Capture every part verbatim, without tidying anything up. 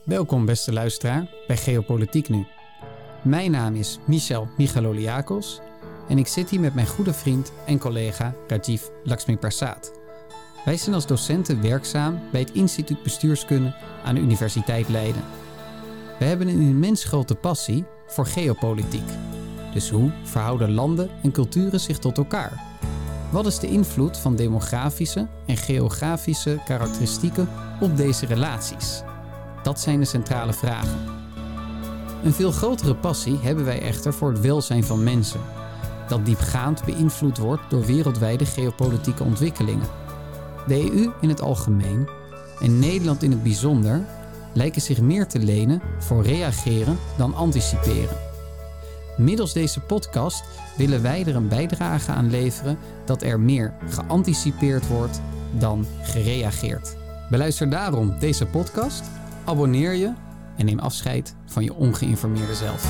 Welkom beste luisteraar bij Geopolitiek Nu. Mijn naam is Michel Michaloliakos en ik zit hier met mijn goede vriend en collega Rajiv Lakshmiprasad. Wij zijn als docenten werkzaam bij het Instituut Bestuurskunde aan de Universiteit Leiden. We hebben een immens grote passie voor geopolitiek. Dus hoe verhouden landen en culturen zich tot elkaar? Wat is de invloed van demografische en geografische karakteristieken op deze relaties? Dat zijn de centrale vragen. Een veel grotere passie hebben wij echter voor het welzijn van mensen, dat diepgaand beïnvloed wordt door wereldwijde geopolitieke ontwikkelingen. De E U in het algemeen en Nederland in het bijzonder lijken zich meer te lenen voor reageren dan anticiperen. Middels deze podcast willen wij er een bijdrage aan leveren dat er meer geanticipeerd wordt dan gereageerd. Beluister daarom deze podcast, abonneer je en neem afscheid van je ongeïnformeerde zelf.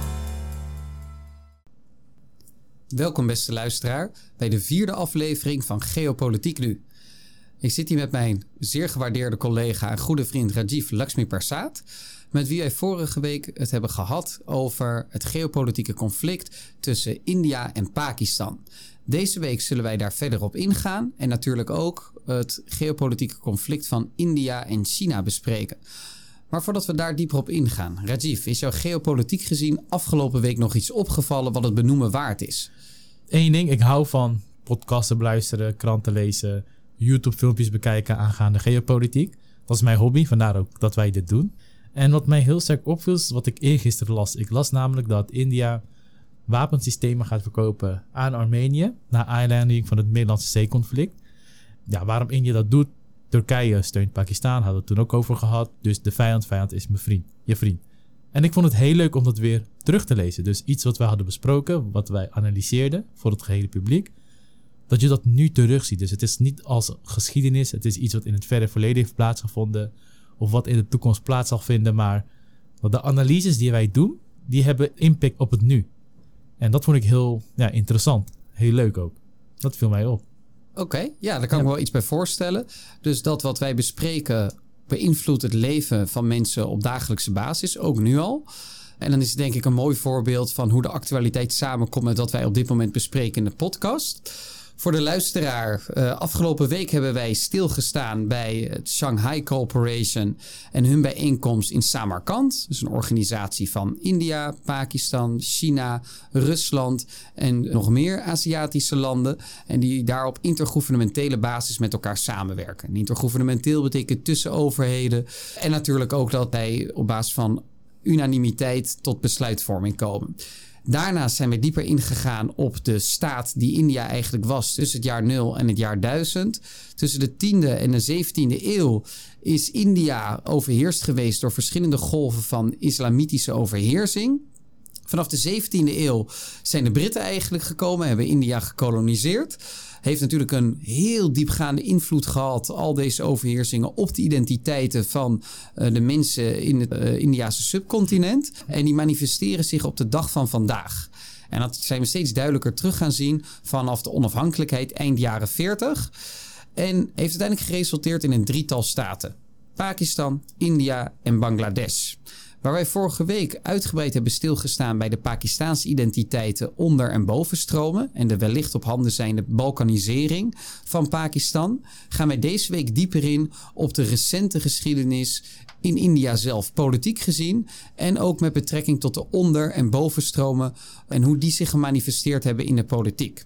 Welkom beste luisteraar bij de vierde aflevering van Geopolitiek Nu. Ik zit hier met mijn zeer gewaardeerde collega en goede vriend Rajiv Lakshmiprasad, met wie wij vorige week het hebben gehad over het geopolitieke conflict tussen India en Pakistan. Deze week zullen wij daar verder op ingaan en natuurlijk ook het geopolitieke conflict van India en China bespreken. Maar voordat we daar dieper op ingaan, Rajiv, is jou geopolitiek gezien afgelopen week nog iets opgevallen wat het benoemen waard is? Eén ding, ik hou van podcasten beluisteren, kranten lezen, YouTube-filmpjes bekijken aangaande geopolitiek. Dat is mijn hobby, vandaar ook dat wij dit doen. En wat mij heel sterk opviel is wat ik eergisteren las. Ik las namelijk dat India wapensystemen gaat verkopen aan Armenië na aanleiding van het Middellandse Zeeconflict. Ja, waarom India dat doet? Turkije steunt Pakistan, hadden we het toen ook over gehad. Dus de vijand, vijand is mijn vriend, je vriend. En ik vond het heel leuk om dat weer terug te lezen. Dus iets wat wij hadden besproken, wat wij analyseerden voor het gehele publiek, dat je dat nu terugziet. Dus het is niet als geschiedenis, het is iets wat in het verre verleden heeft plaatsgevonden of wat in de toekomst plaats zal vinden, maar de analyses die wij doen, die hebben impact op het nu. En dat vond ik heel ja, interessant, heel leuk ook. Dat viel mij op. Oké, okay, ja, daar kan ja. ik me wel iets bij voorstellen. Dus dat wat wij bespreken beïnvloedt het leven van mensen op dagelijkse basis, ook nu al. En dan is het denk ik een mooi voorbeeld van hoe de actualiteit samenkomt met wat wij op dit moment bespreken in de podcast. Voor de luisteraar, uh, afgelopen week hebben wij stilgestaan bij het Shanghai Cooperation en hun bijeenkomst in Samarkand. Dus een organisatie van India, Pakistan, China, Rusland en nog meer Aziatische landen. En die daar op intergouvernementele basis met elkaar samenwerken. En intergouvernementeel betekent tussen overheden. En natuurlijk ook dat wij op basis van unanimiteit tot besluitvorming komen. Daarnaast zijn we dieper ingegaan op de staat die India eigenlijk was tussen het jaar nul en het jaar duizend. Tussen de tiende en de zeventiende eeuw is India overheerst geweest door verschillende golven van islamitische overheersing. Vanaf de zeventiende eeuw zijn de Britten eigenlijk gekomen, hebben India gekoloniseerd. Heeft natuurlijk een heel diepgaande invloed gehad, al deze overheersingen, op de identiteiten van uh, de mensen in het uh, Indiase subcontinent. En die manifesteren zich op de dag van vandaag. En dat zijn we steeds duidelijker terug gaan zien vanaf de onafhankelijkheid eind jaren veertig. En heeft uiteindelijk geresulteerd in een drietal staten. Pakistan, India en Bangladesh. Waar wij vorige week uitgebreid hebben stilgestaan bij de Pakistaanse identiteiten onder- en bovenstromen en de wellicht op handen zijnde balkanisering van Pakistan, gaan wij deze week dieper in op de recente geschiedenis in India zelf, politiek gezien en ook met betrekking tot de onder- en bovenstromen en hoe die zich gemanifesteerd hebben in de politiek.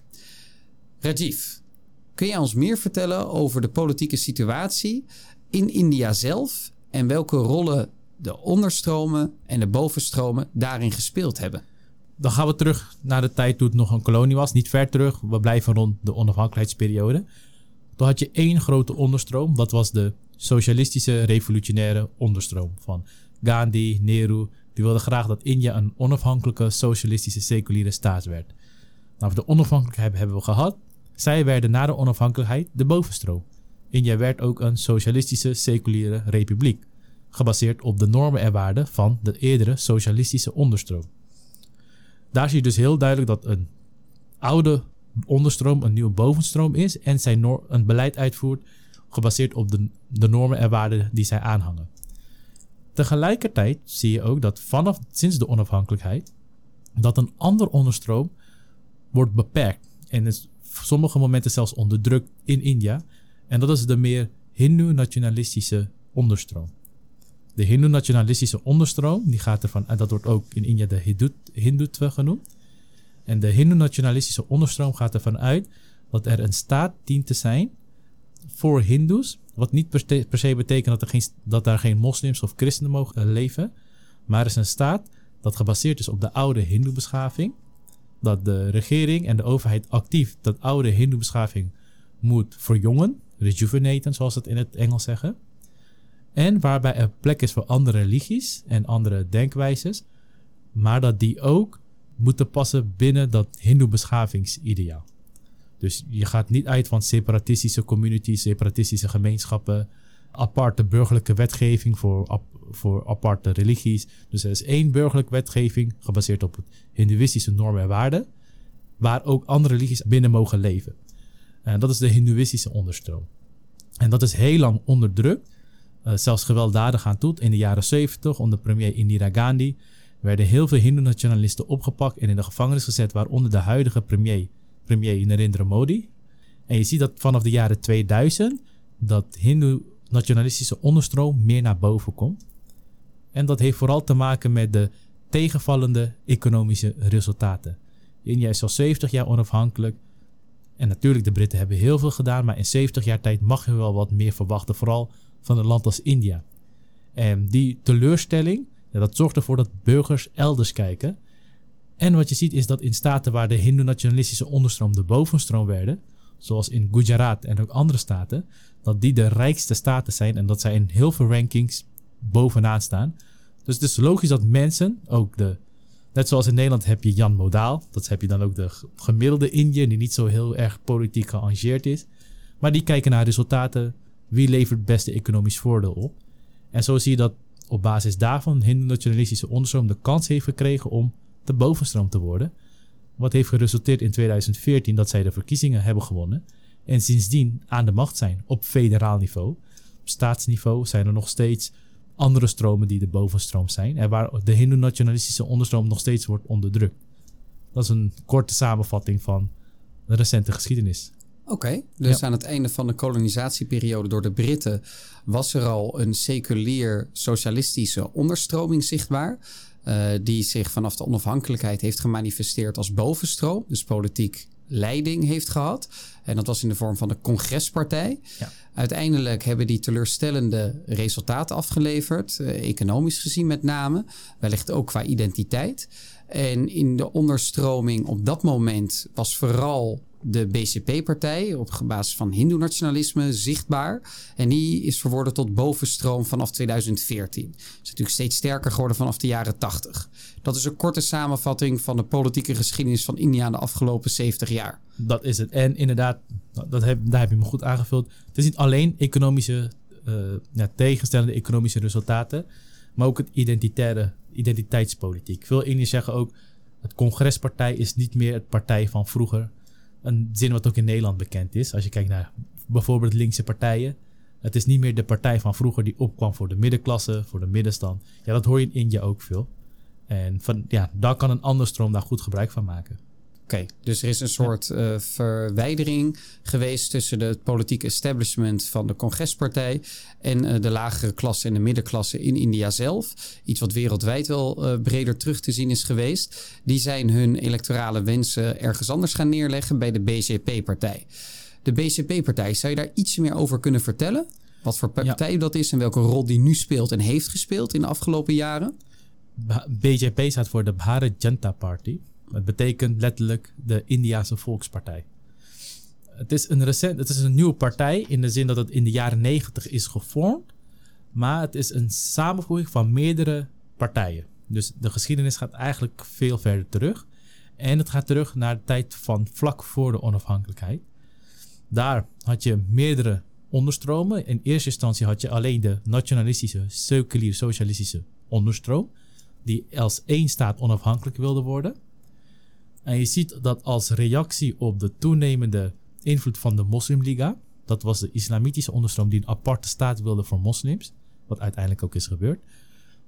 Rajiv, kun jij ons meer vertellen over de politieke situatie in India zelf en welke rollen de onderstromen en de bovenstromen daarin gespeeld hebben? Dan gaan we terug naar de tijd toen het nog een kolonie was. Niet ver terug, we blijven rond de onafhankelijkheidsperiode. Toen had je één grote onderstroom. Dat was de socialistische revolutionaire onderstroom van Gandhi, Nehru. Die wilden graag dat India een onafhankelijke socialistische seculiere staat werd. Nou, de onafhankelijkheid hebben we gehad. Zij werden na de onafhankelijkheid de bovenstroom. India werd ook een socialistische seculiere republiek, gebaseerd op de normen en waarden van de eerdere socialistische onderstroom. Daar zie je dus heel duidelijk dat een oude onderstroom een nieuwe bovenstroom is en zij no- een beleid uitvoert gebaseerd op de, de normen en waarden die zij aanhangen. tegelijkertijd zie je ook dat vanaf sinds de onafhankelijkheid dat een ander onderstroom wordt beperkt. En is op sommige momenten zelfs onderdrukt in India. En dat is de meer hindoe-nationalistische onderstroom. De hindoe-nationalistische onderstroom, die gaat ervan, en dat wordt ook in India de Hindutva genoemd. En de hindoe-nationalistische onderstroom gaat ervan uit dat er een staat dient te zijn voor hindoes. Wat niet per, te, per se betekent dat er, geen, dat daar geen moslims of christenen mogen leven. Maar er is een staat dat gebaseerd is op de oude hindoe-beschaving. Dat de regering en de overheid actief dat oude hindoe-beschaving moet verjongen. Rejuvenaten, zoals ze het in het Engels zeggen. En waarbij er plek is voor andere religies en andere denkwijzes. Maar dat die ook moeten passen binnen dat hindoe-beschavingsideaal. Dus je gaat niet uit van separatistische communities, separatistische gemeenschappen, aparte burgerlijke wetgeving voor, ap, voor aparte religies. Dus er is één burgerlijke wetgeving gebaseerd op het hindoeïstische normen en waarden, waar ook andere religies binnen mogen leven. En dat is de hindoeïstische onderstroom. En dat is heel lang onderdrukt, uh, zelfs gewelddadig aan toe. In de jaren zeventig onder premier Indira Gandhi werden heel veel hindoe-nationalisten opgepakt en in de gevangenis gezet, waaronder de huidige premier, premier Narendra Modi. En je ziet dat vanaf de jaren tweeduizend dat hindoe-nationalistische onderstroom meer naar boven komt. En dat heeft vooral te maken met de tegenvallende economische resultaten. India is al zeventig jaar onafhankelijk. En natuurlijk, de Britten hebben heel veel gedaan, maar in zeventig jaar tijd mag je wel wat meer verwachten, vooral van een land als India. En die teleurstelling, ja, dat zorgt ervoor dat burgers elders kijken. En wat je ziet is dat in staten waar de hindoe-nationalistische onderstroom de bovenstroom werden, zoals in Gujarat en ook andere staten, dat die de rijkste staten zijn en dat zij in heel veel rankings bovenaan staan. Dus het is logisch dat mensen, ook de, net zoals in Nederland heb je Jan Modaal, dat heb je dan ook de gemiddelde Indiër die niet zo heel erg politiek geëngageerd is, maar die kijken naar resultaten, wie levert het beste economisch voordeel op. En zo zie je dat op basis daarvan de hindoe-nationalistische onderstroom de kans heeft gekregen om de bovenstroom te worden. Wat heeft geresulteerd in tweeduizend veertien dat zij de verkiezingen hebben gewonnen. En sindsdien aan de macht zijn op federaal niveau. Op staatsniveau zijn er nog steeds andere stromen die de bovenstroom zijn. En waar de hindoe-nationalistische onderstroom nog steeds wordt onderdrukt. Dat is een korte samenvatting van de recente geschiedenis. Oké, okay, dus ja. aan het einde van de kolonisatieperiode door de Britten was er al een seculier socialistische onderstroming zichtbaar. Uh, die zich vanaf de onafhankelijkheid heeft gemanifesteerd als bovenstroom. Dus politiek leiding heeft gehad. En dat was in de vorm van de Congrespartij. Ja. Uiteindelijk hebben die teleurstellende resultaten afgeleverd. Uh, economisch gezien met name. Wellicht ook qua identiteit. En in de onderstroming op dat moment was vooral de B C P-partij op basis van hindoe-nationalisme zichtbaar. En die is verworden tot bovenstroom vanaf tweeduizend veertien. Dat is natuurlijk steeds sterker geworden vanaf de jaren tachtig. Dat is een korte samenvatting van de politieke geschiedenis van India in de afgelopen zeventig jaar. Dat is het. En inderdaad, dat heb, daar heb je me goed aangevuld. Het is niet alleen economische, uh, ja, tegenstellende economische resultaten, maar ook het identitaire, identiteitspolitiek. Veel Indiërs zeggen ook, het Congrespartij is niet meer het partij van vroeger. Een zin wat ook in Nederland bekend is. Als je kijkt naar bijvoorbeeld linkse partijen. Het is niet meer de partij van vroeger die opkwam voor de middenklasse, voor de middenstand. Ja, dat hoor je in India ook veel. En van, ja, daar kan een andere stroom daar goed gebruik van maken. Oké, okay, dus er is een soort uh, verwijdering geweest tussen de politieke establishment van de Congrespartij en uh, de lagere klasse en de middenklasse in India zelf. Iets wat wereldwijd wel uh, breder terug te zien is geweest. Die zijn hun electorale wensen ergens anders gaan neerleggen bij de B C P-partij. De B C P-partij, zou je daar iets meer over kunnen vertellen? Wat voor partij ja. dat is en welke rol die nu speelt en heeft gespeeld in de afgelopen jaren? B J P staat voor de Bharat Janata Party. Het betekent letterlijk de Indiase Volkspartij. Het is een recent, het is een nieuwe partij in de zin dat het in de jaren negentig is gevormd. Maar het is een samenvoeging van meerdere partijen. Dus de geschiedenis gaat eigenlijk veel verder terug. En het gaat terug naar de tijd van vlak voor de onafhankelijkheid. Daar had je meerdere onderstromen. In eerste instantie had je alleen de nationalistische, seculier socialistische onderstroom. Die als één staat onafhankelijk wilde worden. En je ziet dat als reactie op de toenemende invloed van de Moslimliga. Dat was de islamitische onderstroom die een aparte staat wilde voor moslims. Wat uiteindelijk ook is gebeurd.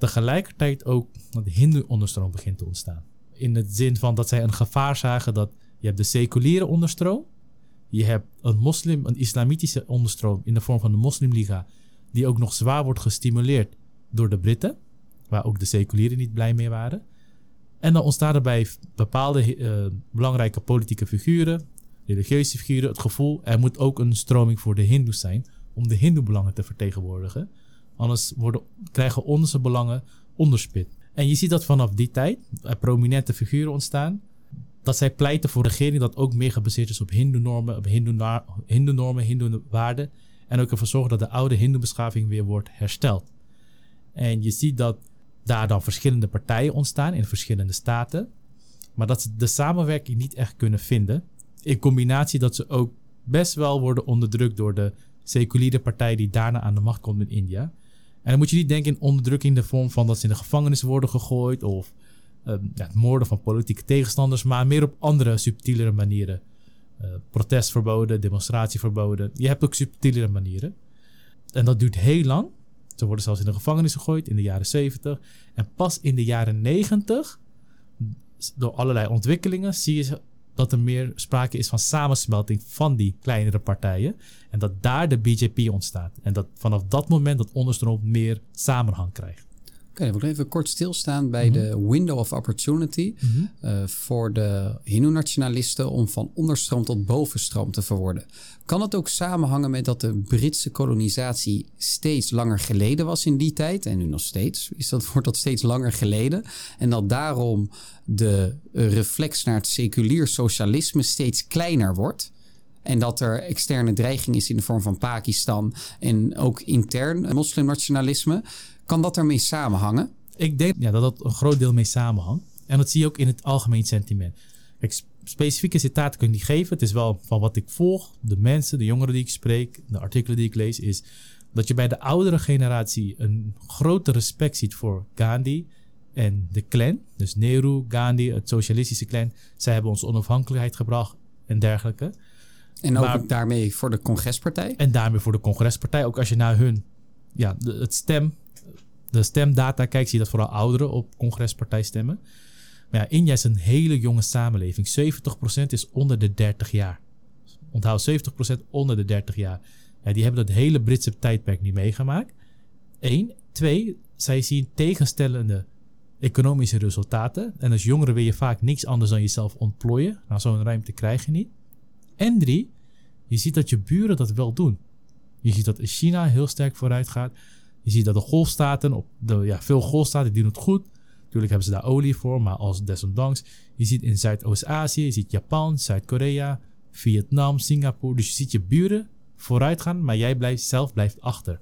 tegelijkertijd ook de hindoe-onderstroom begint te ontstaan. In het zin van dat zij een gevaar zagen dat je hebt de seculiere onderstroom, je hebt een moslim, een islamitische onderstroom in de vorm van de Moslimliga, die ook nog zwaar wordt gestimuleerd door de Britten, waar ook de seculieren niet blij mee waren. En dan ontstaat er bij bepaalde uh, belangrijke politieke figuren, religieuze figuren, het gevoel, er moet ook een stroming voor de hindoes zijn om de hindoe-belangen te vertegenwoordigen. Anders worden, krijgen onze belangen onderspit. En je ziet dat vanaf die tijd er prominente figuren ontstaan, dat zij pleiten voor een regering dat ook meer gebaseerd is op hindoe-normen, op hindoe-normen, hindoe-waarden, en ook ervoor zorgen dat de oude hindoe-beschaving weer wordt hersteld. En je ziet dat daar dan verschillende partijen ontstaan in verschillende staten, maar dat ze de samenwerking niet echt kunnen vinden. In combinatie dat ze ook best wel worden onderdrukt door de seculiere partij die daarna aan de macht komt in India. En dan moet je niet denken in onderdrukking in de vorm van dat ze in de gevangenis worden gegooid of uh, ja, het moorden van politieke tegenstanders, maar meer op andere subtielere manieren. Uh, protestverboden, demonstratieverboden. Je hebt ook subtielere manieren. En dat duurt heel lang. Ze worden zelfs in de gevangenis gegooid in de jaren zeventig. En pas in de jaren negentig, door allerlei ontwikkelingen, zie je dat er meer sprake is van samensmelting van die kleinere partijen. En dat daar de B J P ontstaat. En dat vanaf dat moment dat onderstroom meer samenhang krijgt. Oké, okay, dan wil ik even kort stilstaan bij mm-hmm. de window of opportunity mm-hmm. uh, voor de Hindoe-nationalisten om van onderstroom tot bovenstroom te verworden. Kan het ook samenhangen met dat de Britse kolonisatie steeds langer geleden was in die tijd? En nu nog steeds is dat, wordt dat steeds langer geleden. En dat daarom de reflex naar het seculier socialisme steeds kleiner wordt. En dat er externe dreiging is in de vorm van Pakistan en ook intern moslimnationalisme. Kan dat ermee samenhangen? Ik denk ja, dat dat een groot deel mee samenhangt. En dat zie je ook in het algemeen sentiment. Kijk, specifieke citaten kun je niet geven. Het is wel van wat ik volg, de mensen, de jongeren die ik spreek, de artikelen die ik lees, is dat je bij de oudere generatie een groter respect ziet voor Gandhi en de clan. Dus Nehru, Gandhi, het socialistische clan. Zij hebben ons onafhankelijkheid gebracht en dergelijke. En ook maar, daarmee voor de Congrespartij? En daarmee voor de Congrespartij. Ook als je naar hun, ja, de, het stem, de stemdata kijkt, zie je dat vooral ouderen op Congrespartij stemmen. Maar ja, India is een hele jonge samenleving. zeventig procent is onder de dertig jaar. Onthoud, zeventig procent onder de dertig jaar. Ja, die hebben dat hele Britse tijdperk niet meegemaakt. Eén. Twee, zij zien tegenstellende economische resultaten. En als jongeren wil je vaak niks anders dan jezelf ontplooien. Nou, zo'n ruimte krijg je niet. En drie, je ziet dat je buren dat wel doen. Je ziet dat China heel sterk vooruit gaat. Je ziet dat de golfstaten, op de, ja, veel golfstaten die doen het goed. Natuurlijk hebben ze daar olie voor, maar als desondanks. Je ziet in Zuidoost-Azië, je ziet Japan, Zuid-Korea, Vietnam, Singapore. Dus je ziet je buren vooruit gaan, maar jij blijft, zelf blijft achter.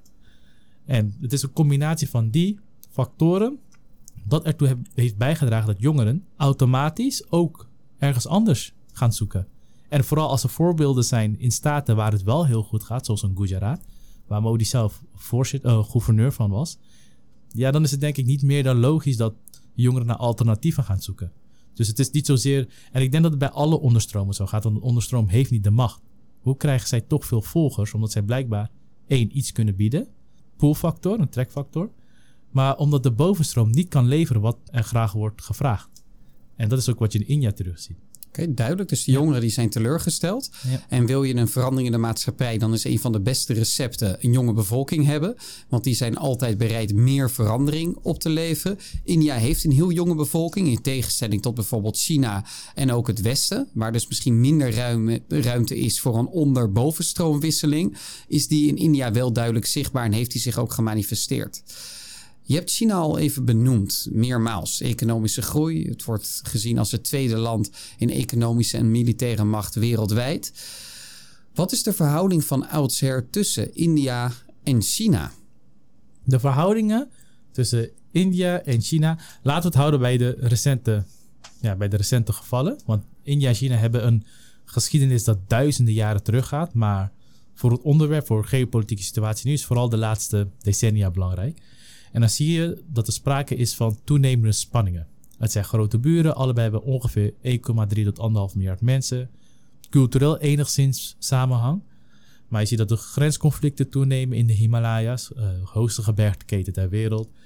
En het is een combinatie van die factoren dat ertoe heb, heeft bijgedragen dat jongeren automatisch ook ergens anders gaan zoeken. En vooral als er voorbeelden zijn in staten waar het wel heel goed gaat, zoals in Gujarat, waar Modi zelf voorzitter, uh, gouverneur van was. Ja, dan is het denk ik niet meer dan logisch dat jongeren naar alternatieven gaan zoeken. Dus het is niet zozeer, en ik denk dat het bij alle onderstromen zo gaat, want een onderstroom heeft niet de macht. Hoe krijgen zij toch veel volgers? Omdat zij blijkbaar één, iets kunnen bieden, pullfactor, een trekfactor, maar omdat de bovenstroom niet kan leveren wat er graag wordt gevraagd. En dat is ook wat je in India terugziet. Oké, okay, duidelijk. Dus de jongeren die zijn teleurgesteld. Ja. En wil je een verandering in de maatschappij, dan is een van de beste recepten een jonge bevolking hebben. Want die zijn altijd bereid meer verandering op te leveren. India heeft een heel jonge bevolking, in tegenstelling tot bijvoorbeeld China en ook het Westen. Waar dus misschien minder ruim, ruimte is voor een onder-bovenstroomwisseling. Is die in India wel duidelijk zichtbaar en heeft die zich ook gemanifesteerd. Je hebt China al even benoemd, meermaals. Economische groei. Het wordt gezien als het tweede land in economische en militaire macht wereldwijd. Wat is de verhouding van oudsher tussen India en China? De verhoudingen tussen India en China, laten we het houden bij de recente, ja, bij de recente gevallen. Want India en China hebben een geschiedenis dat duizenden jaren teruggaat. Maar voor het onderwerp, voor de geopolitieke situatie nu, is vooral de laatste decennia belangrijk. En dan zie je dat er sprake is van toenemende spanningen. Het zijn grote buren, allebei hebben ongeveer één komma drie tot anderhalf miljard mensen. Cultureel enigszins samenhang. Maar je ziet dat de grensconflicten toenemen in de Himalaya's, uh, hoogste gebergteketen ter wereld.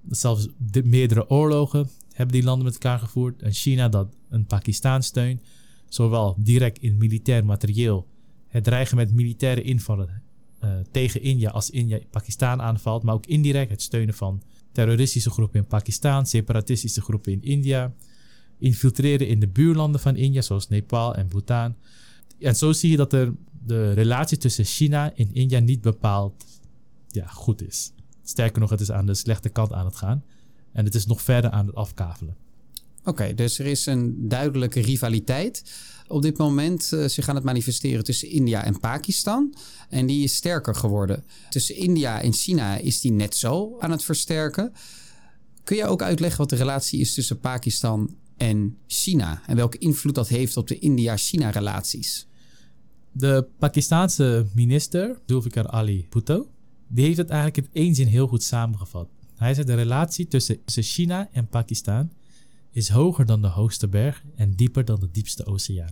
Zelfs de, meerdere oorlogen hebben die landen met elkaar gevoerd. En China dat een Pakistan steunt. Zowel direct in militair materieel. Het dreigen met militaire invallen uh, tegen India als India Pakistan aanvalt. Maar ook indirect het steunen van terroristische groepen in Pakistan. Separatistische groepen in India. Infiltreren in de buurlanden van India zoals Nepal en Bhutan. En zo zie je dat er de relatie tussen China en India niet bepaald ja, goed is. Sterker nog, het is aan de slechte kant aan het gaan. En het is nog verder aan het afkavelen. Oké, okay, dus er is een duidelijke rivaliteit op dit moment uh, zich aan het manifesteren tussen India en Pakistan. En die is sterker geworden. Tussen India en China is die net zo aan het versterken. Kun je ook uitleggen wat de relatie is tussen Pakistan en China? En welke invloed dat heeft op de India-China-relaties? De Pakistaanse minister, Zulfikar Ali Bhutto, die heeft het eigenlijk in één zin heel goed samengevat. Hij zei de relatie tussen China en Pakistan is hoger dan de hoogste berg en dieper dan de diepste oceaan.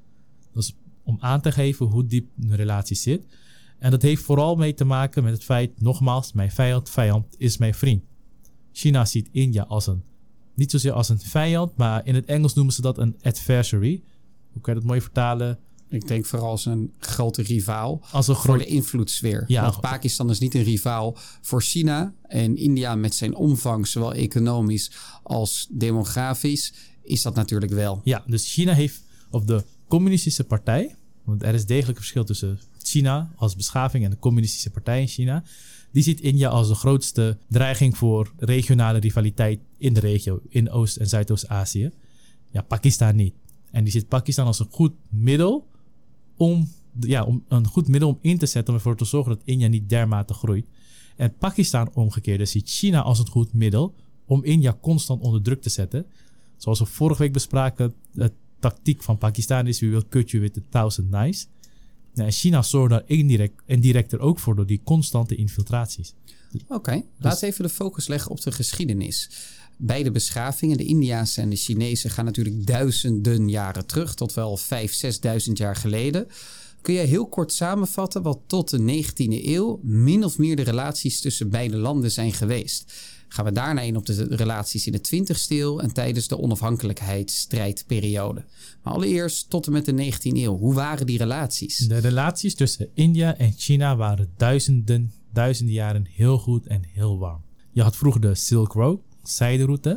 Dus om aan te geven hoe diep een relatie zit. En dat heeft vooral mee te maken met het feit, nogmaals, mijn vijand, vijand is mijn vriend. China ziet India als een, niet zozeer als een vijand, maar in het Engels noemen ze dat een adversary. Hoe kan je dat mooi vertalen? Ik denk vooral als een grote rivaal als een voor de invloedssfeer. Ja, Want Pakistan is niet een rivaal voor China. En India met zijn omvang, zowel economisch als demografisch, is dat natuurlijk wel. Ja, dus China heeft, of de communistische partij, want er is degelijk een verschil tussen China als beschaving en de communistische partij in China. Die ziet India als de grootste dreiging voor regionale rivaliteit in de regio, in Oost- en Zuidoost-Azië. Ja, Pakistan niet. En die ziet Pakistan als een goed middel om, ja, om een goed middel om in te zetten om ervoor te zorgen dat India niet dermate groeit. En Pakistan omgekeerd ziet China als een goed middel om India constant onder druk te zetten. Zoals we vorige week bespraken, de tactiek van Pakistan is: we will cut you with a thousand knives. Ja, en China zorgt daar indirect en direct er ook voor door die constante infiltraties. Oké, okay, dus, laten we even de focus leggen op de geschiedenis. Beide beschavingen, de Indiaanse en de Chinese, gaan natuurlijk duizenden jaren terug, tot wel vijf, zesduizend jaar geleden. Kun je heel kort samenvatten wat tot de negentiende eeuw min of meer de relaties tussen beide landen zijn geweest? Gaan we daarna in op de relaties in de twintigste eeuw en tijdens de onafhankelijkheidsstrijdperiode. Maar allereerst tot en met de negentiende eeuw. Hoe waren die relaties? De relaties tussen India en China waren duizenden, duizenden jaren heel goed en heel warm. Je had vroeger de Silk Road, zijderoute.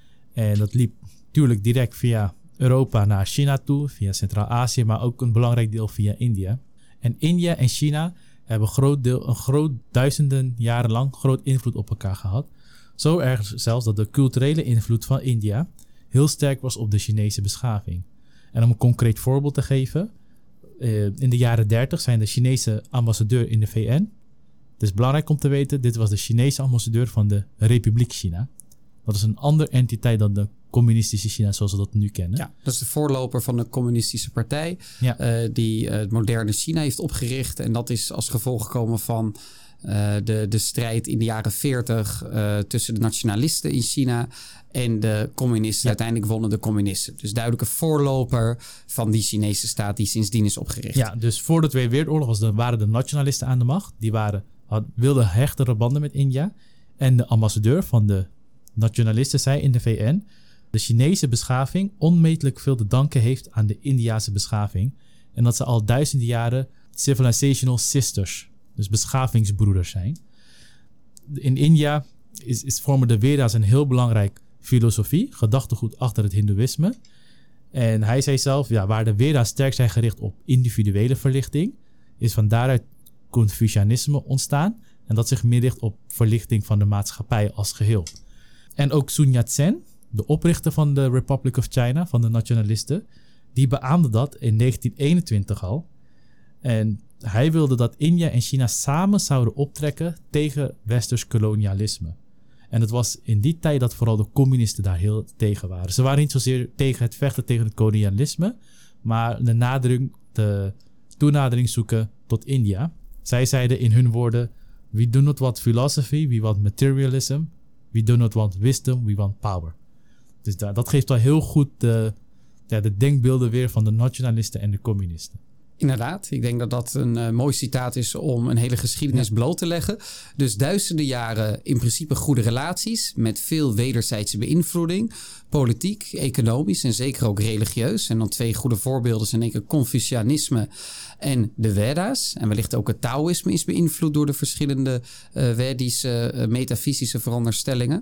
En dat liep natuurlijk direct via Europa naar China toe, via Centraal-Azië, maar ook een belangrijk deel via India. En India en China hebben groot deel, een groot duizenden jaren lang groot invloed op elkaar gehad. Zo erg zelfs dat de culturele invloed van India heel sterk was op de Chinese beschaving. En om een concreet voorbeeld te geven, in de jaren dertig zijn de Chinese ambassadeur in de V N. Het is belangrijk om te weten, dit was de Chinese ambassadeur van de Republiek China. Dat is een andere entiteit dan de communistische China zoals we dat nu kennen. Ja, dat is de voorloper van de communistische partij, ja. uh, die uh, het moderne China heeft opgericht. En dat is als gevolg gekomen van uh, de, de strijd in de jaren veertig uh, tussen de nationalisten in China en de communisten. Ja. Uiteindelijk wonnen de communisten. Dus duidelijke voorloper van die Chinese staat die sindsdien is opgericht. Ja, dus voor de Tweede Wereldoorlog was de, waren de nationalisten aan de macht. Die waren, had, wilden hechtere banden met India. En de ambassadeur van de nationalisten zei in de V N: de Chinese beschaving onmetelijk veel te danken heeft aan de Indiase beschaving. En dat ze al duizenden jaren civilizational sisters, dus beschavingsbroeders zijn. In India is, is vormen de Veda's een heel belangrijk filosofie, gedachtegoed achter het Hindoeïsme. En hij zei zelf, ja, waar de Veda's sterk zijn gericht op individuele verlichting, is van daaruit Confucianisme ontstaan. En dat zich meer richt op verlichting van de maatschappij als geheel. En ook Sun Yat-sen, de oprichter van de Republic of China, van de nationalisten, die beaamde dat in negentien eenentwintig al. En hij wilde dat India en China samen zouden optrekken tegen westers kolonialisme. En het was in die tijd dat vooral de communisten daar heel tegen waren. Ze waren niet zozeer tegen het vechten tegen het kolonialisme, maar de nadruk, de toenadering zoeken tot India. Zij zeiden in hun woorden: we do not want philosophy, we want materialism. We do not want wisdom, we want power. Dus dat, dat geeft wel heel goed de, ja, de denkbeelden weer van de nationalisten en de communisten. Inderdaad, ik denk dat dat een uh, mooi citaat is om een hele geschiedenis ja. bloot te leggen. Dus duizenden jaren in principe goede relaties met veel wederzijdse beïnvloeding. Politiek, economisch en zeker ook religieus. En dan twee goede voorbeelden zijn denk ik Confucianisme en de Veda's. En wellicht ook het Taoïsme is beïnvloed door de verschillende uh, Vedische uh, metafysische veronderstellingen.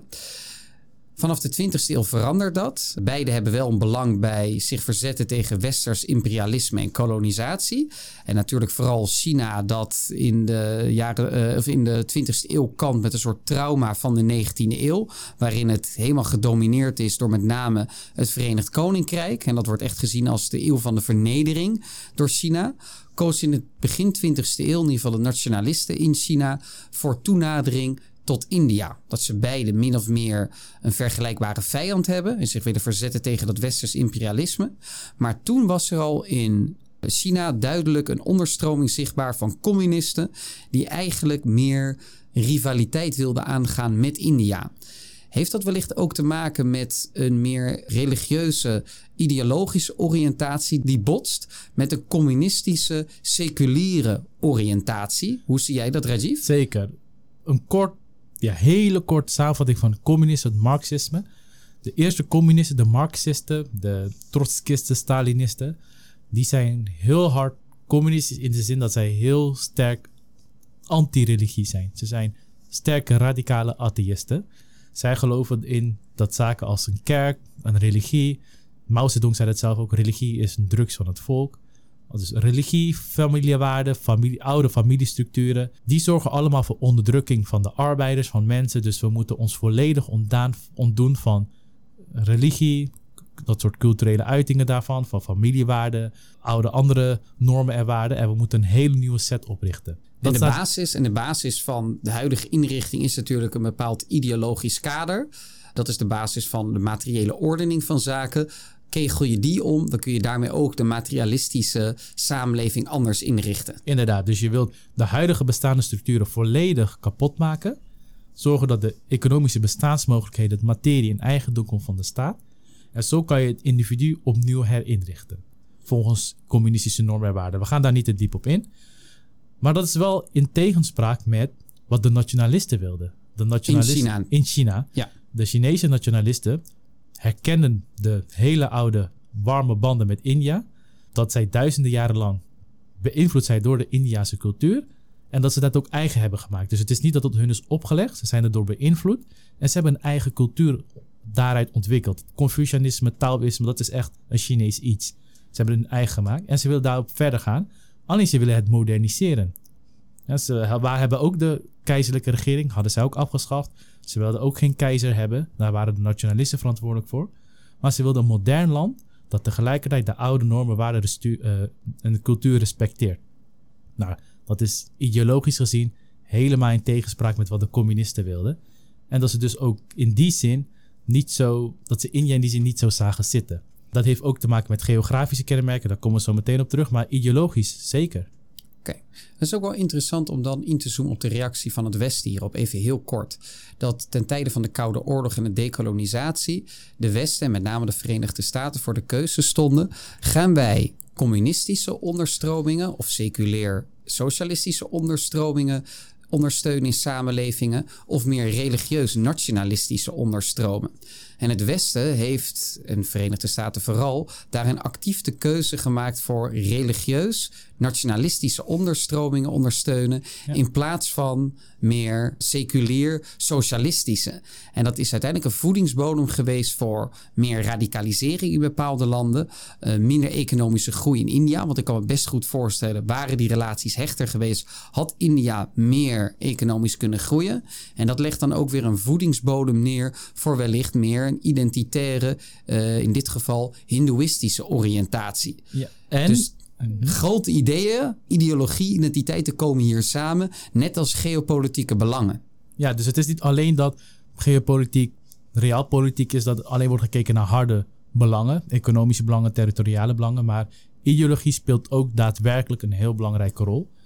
Vanaf de twintigste eeuw verandert dat. Beide hebben wel een belang bij zich verzetten tegen westers imperialisme en kolonisatie. En natuurlijk vooral China dat in de, jaren, uh, of in de twintigste eeuw kampt met een soort trauma van de negentiende eeuw. Waarin het helemaal gedomineerd is door met name het Verenigd Koninkrijk. En dat wordt echt gezien als de eeuw van de vernedering door China. Koos in het begin twintigste eeuw, in ieder geval de nationalisten in China, voor toenadering tot India. Dat ze beide min of meer een vergelijkbare vijand hebben en zich willen verzetten tegen dat westers imperialisme. Maar toen was er al in China duidelijk een onderstroming zichtbaar van communisten die eigenlijk meer rivaliteit wilden aangaan met India. Heeft dat wellicht ook te maken met een meer religieuze, ideologische oriëntatie die botst met een communistische, seculiere oriëntatie? Hoe zie jij dat, Rajiv? Zeker. Een kort Ja, hele korte samenvatting van communisme, het marxisme. De eerste communisten, de marxisten, de trotskisten, stalinisten, die zijn heel hard communistisch in de zin dat zij heel sterk anti-religie zijn. Ze zijn sterke radicale atheïsten. Zij geloven in dat zaken als een kerk, een religie. Mao Zedong zei het zelf ook, religie is een drugs van het volk. Dus religie, familiewaarden, familie, oude familiestructuren, die zorgen allemaal voor onderdrukking van de arbeiders, van mensen. Dus we moeten ons volledig ontdaan, ontdoen van religie, dat soort culturele uitingen daarvan, van familiewaarden, oude andere normen en waarden. En we moeten een hele nieuwe set oprichten. En de, basis, en de basis van de huidige inrichting is natuurlijk een bepaald ideologisch kader. Dat is de basis van de materiële ordening van zaken. Kegel je die om, dan kun je daarmee ook de materialistische samenleving anders inrichten. Inderdaad, dus je wilt de huidige bestaande structuren volledig kapot maken. Zorgen dat de economische bestaansmogelijkheden, het materie in eigendom komt van de staat. En zo kan je het individu opnieuw herinrichten. Volgens communistische normen en waarden. We gaan daar niet te diep op in. Maar dat is wel in tegenspraak met wat de nationalisten wilden. De nationalisten, in China. In China. Ja. De Chinese nationalisten herkennen de hele oude warme banden met India. Dat zij duizenden jaren lang beïnvloed zijn door de Indiase cultuur. En dat ze dat ook eigen hebben gemaakt. Dus het is niet dat het hun is opgelegd. Ze zijn erdoor beïnvloed. En ze hebben een eigen cultuur daaruit ontwikkeld. Confucianisme, Taoïsme, dat is echt een Chinees iets. Ze hebben hun eigen gemaakt. En ze willen daarop verder gaan. Alleen ze willen het moderniseren. Ja, ze waar hebben ook de keizerlijke regering, hadden zij ook afgeschaft. Ze wilden ook geen keizer hebben. Daar waren de nationalisten verantwoordelijk voor. Maar ze wilden een modern land dat tegelijkertijd de oude normen, waarden uh, en de cultuur respecteert. Nou, dat is ideologisch gezien helemaal in tegenspraak met wat de communisten wilden. En dat ze dus ook in die zin niet zo, dat ze India in die zin niet zo zagen zitten. Dat heeft ook te maken met geografische kenmerken, daar komen we zo meteen op terug, maar ideologisch zeker. Oké, okay. Het is ook wel interessant om dan in te zoomen op de reactie van het Westen hierop, even heel kort. Dat ten tijde van de Koude Oorlog en de dekolonisatie de Westen en met name de Verenigde Staten voor de keuze stonden. Gaan wij communistische onderstromingen of seculair socialistische onderstromingen ondersteunen in samenlevingen of meer religieus nationalistische onderstromen? En het Westen heeft, en de Verenigde Staten vooral, daarin actief de keuze gemaakt voor religieus nationalistische onderstromingen ondersteunen, ja, in plaats van meer seculier socialistische. En dat is uiteindelijk een voedingsbodem geweest voor meer radicalisering in bepaalde landen, uh, minder economische groei in India. Want ik kan me best goed voorstellen, waren die relaties hechter geweest, had India meer economisch kunnen groeien. En dat legt dan ook weer een voedingsbodem neer voor wellicht meer een identitaire, uh, in dit geval hindoeïstische oriëntatie. Ja. En dus grote ideeën, ideologie, identiteiten komen hier samen, net als geopolitieke belangen. Ja, dus het is niet alleen dat geopolitiek, realpolitiek is, dat alleen wordt gekeken naar harde belangen, economische belangen, territoriale belangen, maar ideologie speelt ook daadwerkelijk een heel belangrijke rol.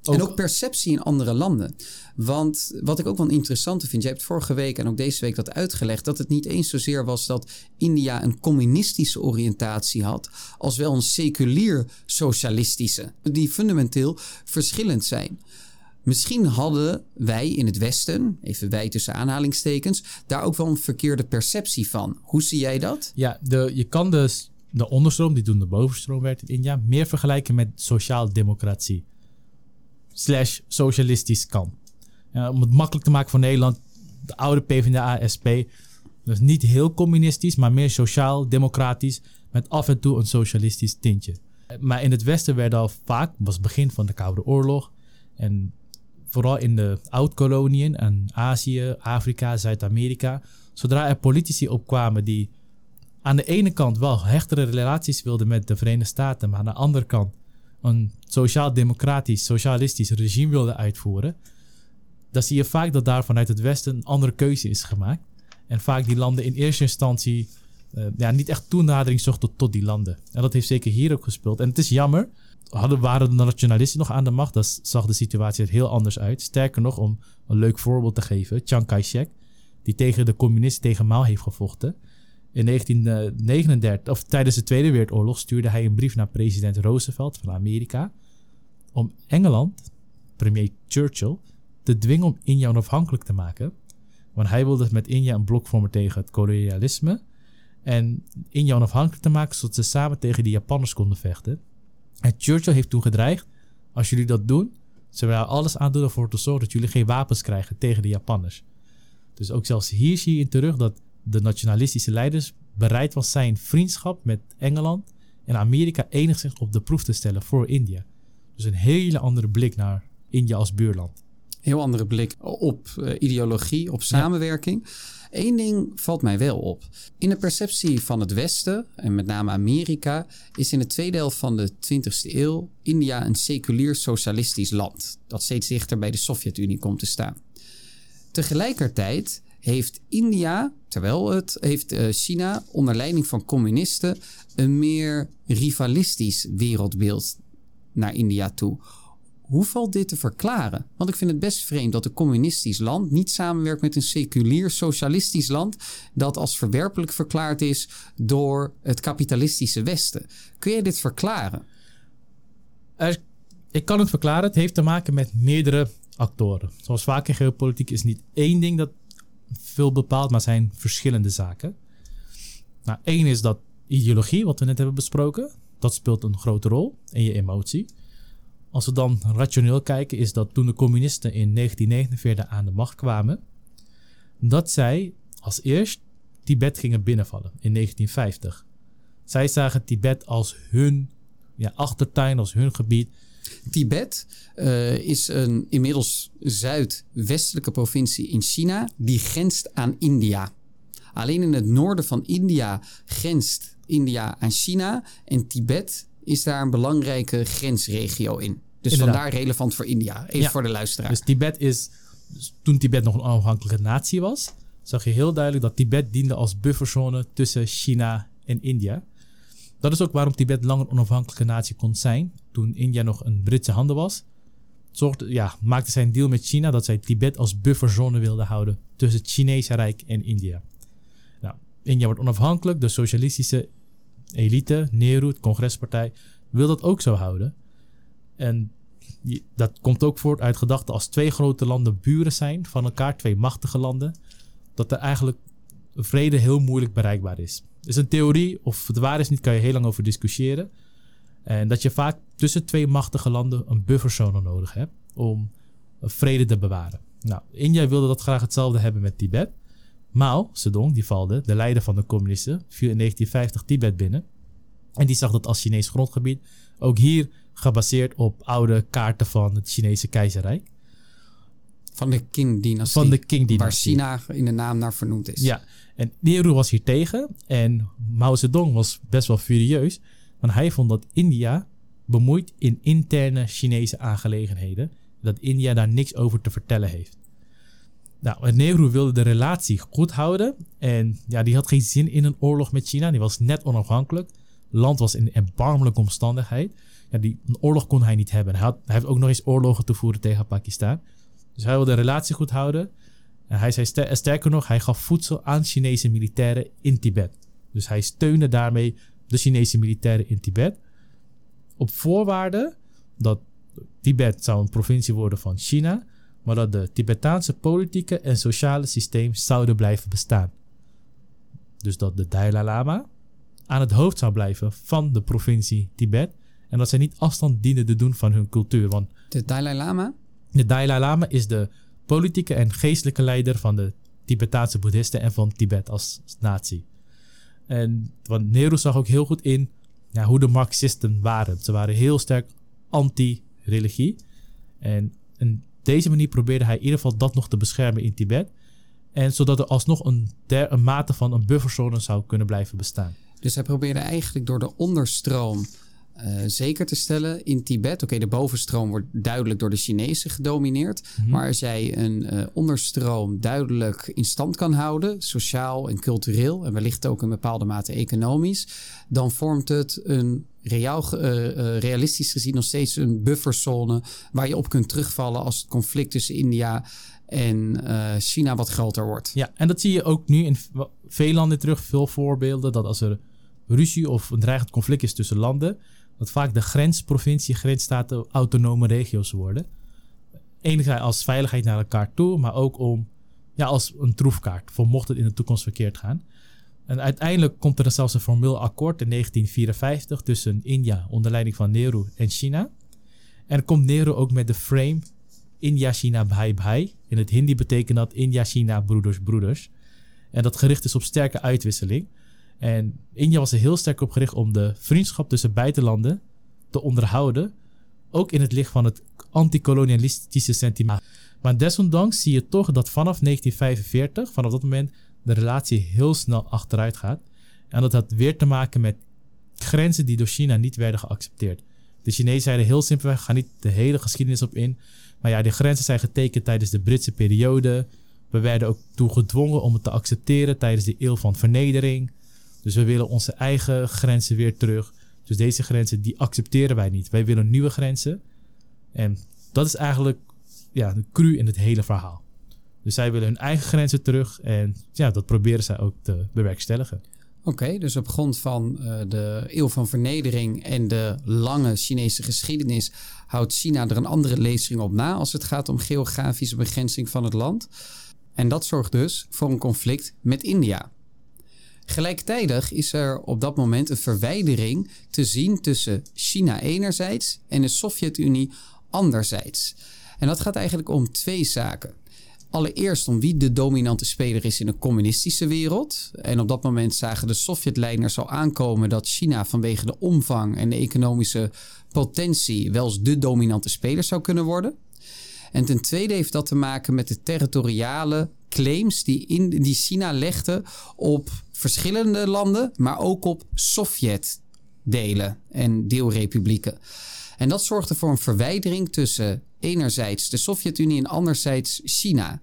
Ook, en ook perceptie in andere landen. Want wat ik ook wel interessant vind... jij hebt vorige week en ook deze week dat uitgelegd... dat het niet eens zozeer was dat India een communistische oriëntatie had... als wel een seculier socialistische... die fundamenteel verschillend zijn. Misschien hadden wij in het Westen... even wij tussen aanhalingstekens... daar ook wel een verkeerde perceptie van. Hoe zie jij dat? Ja, de, je kan dus de onderstroom... die toen de bovenstroom werd in India... meer vergelijken met sociaal-democratie... slash socialistisch kan. Ja, om het makkelijk te maken voor Nederland, de oude PvdA, S P, dus niet heel communistisch, maar meer sociaal-democratisch, met af en toe een socialistisch tintje. Maar in het Westen werd al vaak, was het begin van de Koude Oorlog, en vooral in de oud-koloniën, en Azië, Afrika, Zuid-Amerika, zodra er politici opkwamen die aan de ene kant wel hechtere relaties wilden met de Verenigde Staten, maar aan de andere kant een sociaal-democratisch, socialistisch regime wilde uitvoeren, dan zie je vaak dat daar vanuit het Westen een andere keuze is gemaakt. En vaak die landen in eerste instantie uh, ja, niet echt toenadering zochten tot, tot die landen. En dat heeft zeker hier ook gespeeld. En het is jammer, hadden, waren de nationalisten nog aan de macht, dan zag de situatie er heel anders uit. Sterker nog, om een leuk voorbeeld te geven, Chiang Kai-shek, die tegen de communisten tegen Mao heeft gevochten. In negentien negenendertig, of tijdens de Tweede Wereldoorlog, stuurde hij een brief naar president Roosevelt van Amerika om Engeland, premier Churchill, te dwingen om India onafhankelijk te maken. Want hij wilde met India een blok vormen tegen het kolonialisme en India onafhankelijk te maken, zodat ze samen tegen de Japanners konden vechten. En Churchill heeft toen gedreigd, als jullie dat doen, zullen we er alles aan doen om ervoor te zorgen dat jullie geen wapens krijgen tegen de Japanners. Dus ook zelfs hier zie je terug dat de nationalistische leiders bereid was zijn vriendschap met Engeland en Amerika enigszins op de proef te stellen voor India. Dus een hele andere blik naar India als buurland. Heel andere blik op uh, ideologie, op samenwerking. Ja. Eén ding valt mij wel op. In de perceptie van het Westen, en met name Amerika, is in de tweede helft van de twintigste eeuw India een seculier socialistisch land, dat steeds dichter bij de Sovjet-Unie komt te staan. Tegelijkertijd heeft India, terwijl het heeft uh, China onder leiding van communisten een meer rivalistisch wereldbeeld naar India toe. Hoe valt dit te verklaren? Want ik vind het best vreemd dat een communistisch land niet samenwerkt met een seculier socialistisch land dat als verwerpelijk verklaard is door het kapitalistische Westen. Kun jij dit verklaren? Er, ik kan het verklaren. Het heeft te maken met meerdere actoren. Zoals vaak in geopolitiek is niet één ding dat veel bepaalt, maar zijn verschillende zaken. Nou, één is dat ideologie, wat we net hebben besproken. Dat speelt een grote rol in je emotie. Als we dan rationeel kijken, is dat toen de communisten in negentien negenenveertig aan de macht kwamen, dat zij als eerst Tibet gingen binnenvallen in negentien vijftig. Zij zagen Tibet als hun ja, achtertuin, als hun gebied. Tibet uh, is een inmiddels zuidwestelijke provincie in China die grenst aan India. Alleen in het noorden van India grenst India aan China en Tibet is daar een belangrijke grensregio in. Dus Inderdaad. Vandaar relevant voor India. Even ja. voor de luisteraar. Dus Tibet is, toen Tibet nog een onafhankelijke natie was, zag je heel duidelijk dat Tibet diende als bufferzone tussen China en India. Dat is ook waarom Tibet lang een onafhankelijke natie kon zijn. Toen India nog een Britse handen was, zorgde, ja, maakte zij een deal met China dat zij Tibet als bufferzone wilden houden tussen het Chinese Rijk en India. Nou, India wordt onafhankelijk. De socialistische elite, Nehru, de Congrespartij, wil dat ook zo houden. En dat komt ook voort uit gedachten als twee grote landen buren zijn van elkaar, twee machtige landen, dat er eigenlijk vrede heel moeilijk bereikbaar is. Het is een theorie, of het waar is niet, kan je heel lang over discussiëren. En dat je vaak tussen twee machtige landen een bufferzone nodig hebt om vrede te bewaren. Nou, India wilde dat graag hetzelfde hebben met Tibet. Mao Zedong, die valde, de leider van de communisten, viel in negentien vijftig Tibet binnen. En die zag dat als Chinees grondgebied. Ook hier gebaseerd op oude kaarten van het Chinese keizerrijk. Van de Qing-dynastie. Van de Qing-dynastie. Waar China in de naam naar vernoemd is. Ja, en Nehru was hier tegen. En Mao Zedong was best wel furieus. Want hij vond dat India bemoeit in interne Chinese aangelegenheden. Dat India daar niks over te vertellen heeft. Nou, Nehru wilde de relatie goed houden. En ja, die had geen zin in een oorlog met China. Die was net onafhankelijk. Het land was in een erbarmelijke omstandigheid. Ja, die, een oorlog kon hij niet hebben. Hij, had, hij heeft ook nog eens oorlogen te voeren tegen Pakistan. Dus hij wilde de relatie goed houden. En hij zei ster- sterker nog, hij gaf voedsel aan Chinese militairen in Tibet. Dus hij steunde daarmee de Chinese militairen in Tibet. Op voorwaarde dat Tibet zou een provincie worden van China, maar dat de Tibetaanse politieke en sociale systeem zouden blijven bestaan. Dus dat de Dalai Lama aan het hoofd zou blijven van de provincie Tibet en dat zij niet afstand dienen te doen van hun cultuur. Want De Dalai Lama? de Dalai Lama is de politieke en geestelijke leider van de Tibetaanse boeddhisten en van Tibet als natie. En want Nehru zag ook heel goed in ja, hoe de Marxisten waren. Ze waren heel sterk anti-religie. En op deze manier probeerde hij in ieder geval dat nog te beschermen in Tibet. En zodat er alsnog een, der, een mate van een bufferzone zou kunnen blijven bestaan. Dus hij probeerde eigenlijk door de onderstroom uh, zeker te stellen in Tibet. Oké, okay, de bovenstroom wordt duidelijk door de Chinezen gedomineerd. Mm-hmm. Maar als jij een uh, onderstroom duidelijk in stand kan houden, sociaal en cultureel, en wellicht ook in bepaalde mate economisch, dan vormt het een reaal, uh, uh, realistisch gezien nog steeds een bufferzone waar je op kunt terugvallen als het conflict tussen India en uh, China wat groter wordt. Ja, en dat zie je ook nu in veel landen terug. Veel voorbeelden dat als er ruzie of een dreigend conflict is tussen landen, dat vaak de grensprovincie, grensstaten autonome regio's worden. Enerzijds als veiligheid naar elkaar toe, maar ook om ja, als een troefkaart voor mocht het in de toekomst verkeerd gaan. En uiteindelijk komt er zelfs een formeel akkoord in negentien vierenvijftig tussen India onder leiding van Nehru en China. En er komt Nehru ook met de frame India-China Bhai-Bhai. In het Hindi betekent dat India-China broeders-broeders. En dat gericht is op sterke uitwisseling. En India was er heel sterk op gericht om de vriendschap tussen beide landen te onderhouden. Ook in het licht van het antikolonialistische sentiment. Maar desondanks zie je toch dat vanaf negentien vijfenveertig, vanaf dat moment, de relatie heel snel achteruit gaat. En dat had weer te maken met grenzen die door China niet werden geaccepteerd. De Chinezen zeiden heel simpelweg, ga niet de hele geschiedenis op in. Maar ja, die grenzen zijn getekend tijdens de Britse periode. We werden ook toe gedwongen om het te accepteren tijdens de eeuw van vernedering. Dus we willen onze eigen grenzen weer terug. Dus deze grenzen, die accepteren wij niet. Wij willen nieuwe grenzen. En dat is eigenlijk ja, de cru in het hele verhaal. Dus zij willen hun eigen grenzen terug. En ja, dat proberen zij ook te bewerkstelligen. Oké, okay, dus op grond van uh, de eeuw van vernedering en de lange Chinese geschiedenis houdt China er een andere lezing op na als het gaat om geografische begrenzing van het land. En dat zorgt dus voor een conflict met India. Gelijktijdig is er op dat moment een verwijdering te zien tussen China enerzijds en de Sovjet-Unie anderzijds. En dat gaat eigenlijk om twee zaken. Allereerst om wie de dominante speler is in de communistische wereld. En op dat moment zagen de Sovjet-leiders al aankomen dat China vanwege de omvang en de economische potentie wel eens de dominante speler zou kunnen worden. En ten tweede heeft dat te maken met de territoriale claims die, in, die China legde op verschillende landen, maar ook op Sovjet-delen en deelrepublieken. En dat zorgde voor een verwijdering tussen enerzijds de Sovjet-Unie en anderzijds China.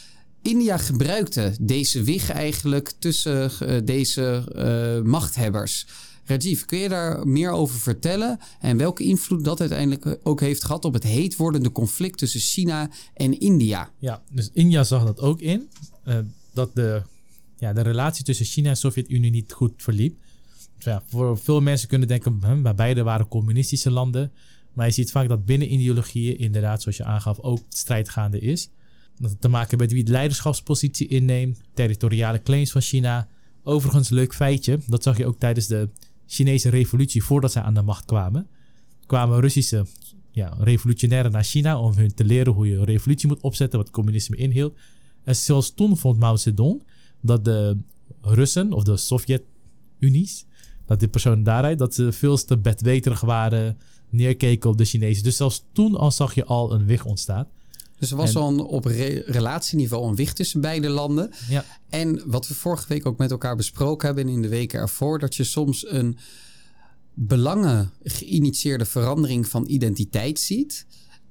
India gebruikte deze wig eigenlijk tussen uh, deze uh, machthebbers. Rajiv, kun je daar meer over vertellen? En welke invloed dat uiteindelijk ook heeft gehad op het heet wordende conflict tussen China en India? Ja, dus India zag dat ook in. Uh, dat de, ja, de relatie tussen China en Sovjet-Unie niet goed verliep. Dus ja, voor veel mensen kunnen denken, hm, maar beide waren communistische landen. Maar je ziet vaak dat binnen ideologieën inderdaad, zoals je aangaf, ook strijd gaande is. Dat het te maken heeft met wie de leiderschapspositie inneemt, territoriale claims van China. Overigens, leuk feitje, dat zag je ook tijdens de Chinese revolutie voordat zij aan de macht kwamen. Kwamen Russische ja, revolutionairen naar China om hun te leren hoe je een revolutie moet opzetten, wat communisme inhield. En zelfs toen vond Mao Zedong dat de Russen of de Sovjet-Unies, dat die personen daaruit, dat ze veel te bedweterig waren, neerkeken op de Chinezen. Dus zelfs toen al zag je al een wig ontstaan. Dus er was en, al een, op re- relatieniveau een wicht tussen beide landen. Ja. En wat we vorige week ook met elkaar besproken hebben in de weken ervoor, dat je soms een belangen geïnitieerde verandering van identiteit ziet.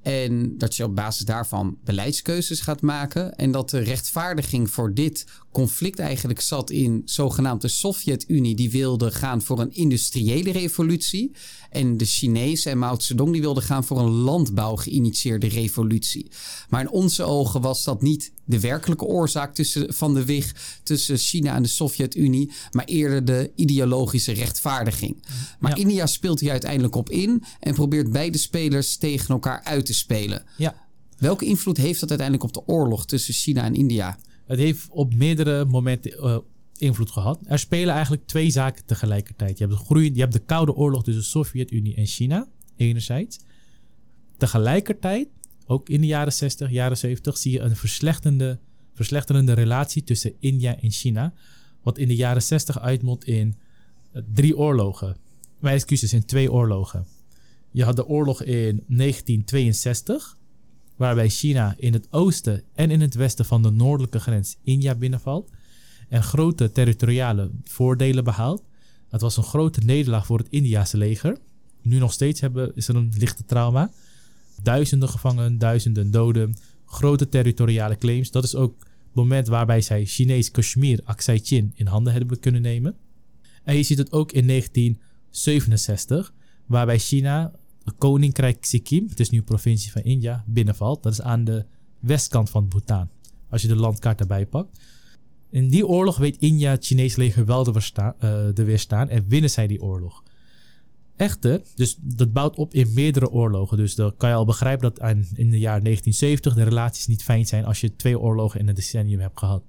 En dat je op basis daarvan beleidskeuzes gaat maken. En dat de rechtvaardiging voor dit conflict eigenlijk zat in zogenaamd de Sovjet-Unie. Die wilde gaan voor een industriële revolutie. En de Chinezen en Mao Zedong die wilden gaan voor een landbouw geïnitieerde revolutie. Maar in onze ogen was dat niet de werkelijke oorzaak tussen, van de wig tussen China en de Sovjet-Unie. Maar eerder de ideologische rechtvaardiging. Maar ja. India speelt hier uiteindelijk op in. En probeert beide spelers tegen elkaar uit te spelen. Ja. Welke invloed heeft dat uiteindelijk op de oorlog tussen China en India? Het heeft op meerdere momenten uh, invloed gehad. Er spelen eigenlijk twee zaken tegelijkertijd. Je hebt de, groei, je hebt de Koude Oorlog tussen de Sovjet-Unie en China, enerzijds. Tegelijkertijd, ook in de jaren zestig, jaren zeventig, zie je een verslechterende, verslechterende relatie tussen India en China. Wat in de jaren zestig uitmondt in uh, drie oorlogen. Mijn excuses, in twee oorlogen. Je had de oorlog in negentien tweeënzestig, waarbij China in het oosten en in het westen van de noordelijke grens India binnenvalt en grote territoriale voordelen behaalt. Het was een grote nederlaag voor het Indiase leger. Nu nog steeds hebben, is er een lichte trauma. Duizenden gevangenen, duizenden doden, grote territoriale claims. Dat is ook het moment waarbij zij Chinees Kashmir, Aksai Chin, in handen hebben kunnen nemen. En je ziet het ook in negentien zevenenzestig, waarbij China het koninkrijk Sikkim, het is nu een provincie van India, binnenvalt. Dat is aan de westkant van Bhutan, als je de landkaart erbij pakt. In die oorlog weet India het Chinese leger wel te, versta- uh, te weerstaan en winnen zij die oorlog. Echter, dus dat bouwt op in meerdere oorlogen. Dus dan kan je al begrijpen dat aan, in de jaren negentien zeventig de relaties niet fijn zijn als je twee oorlogen in een decennium hebt gehad.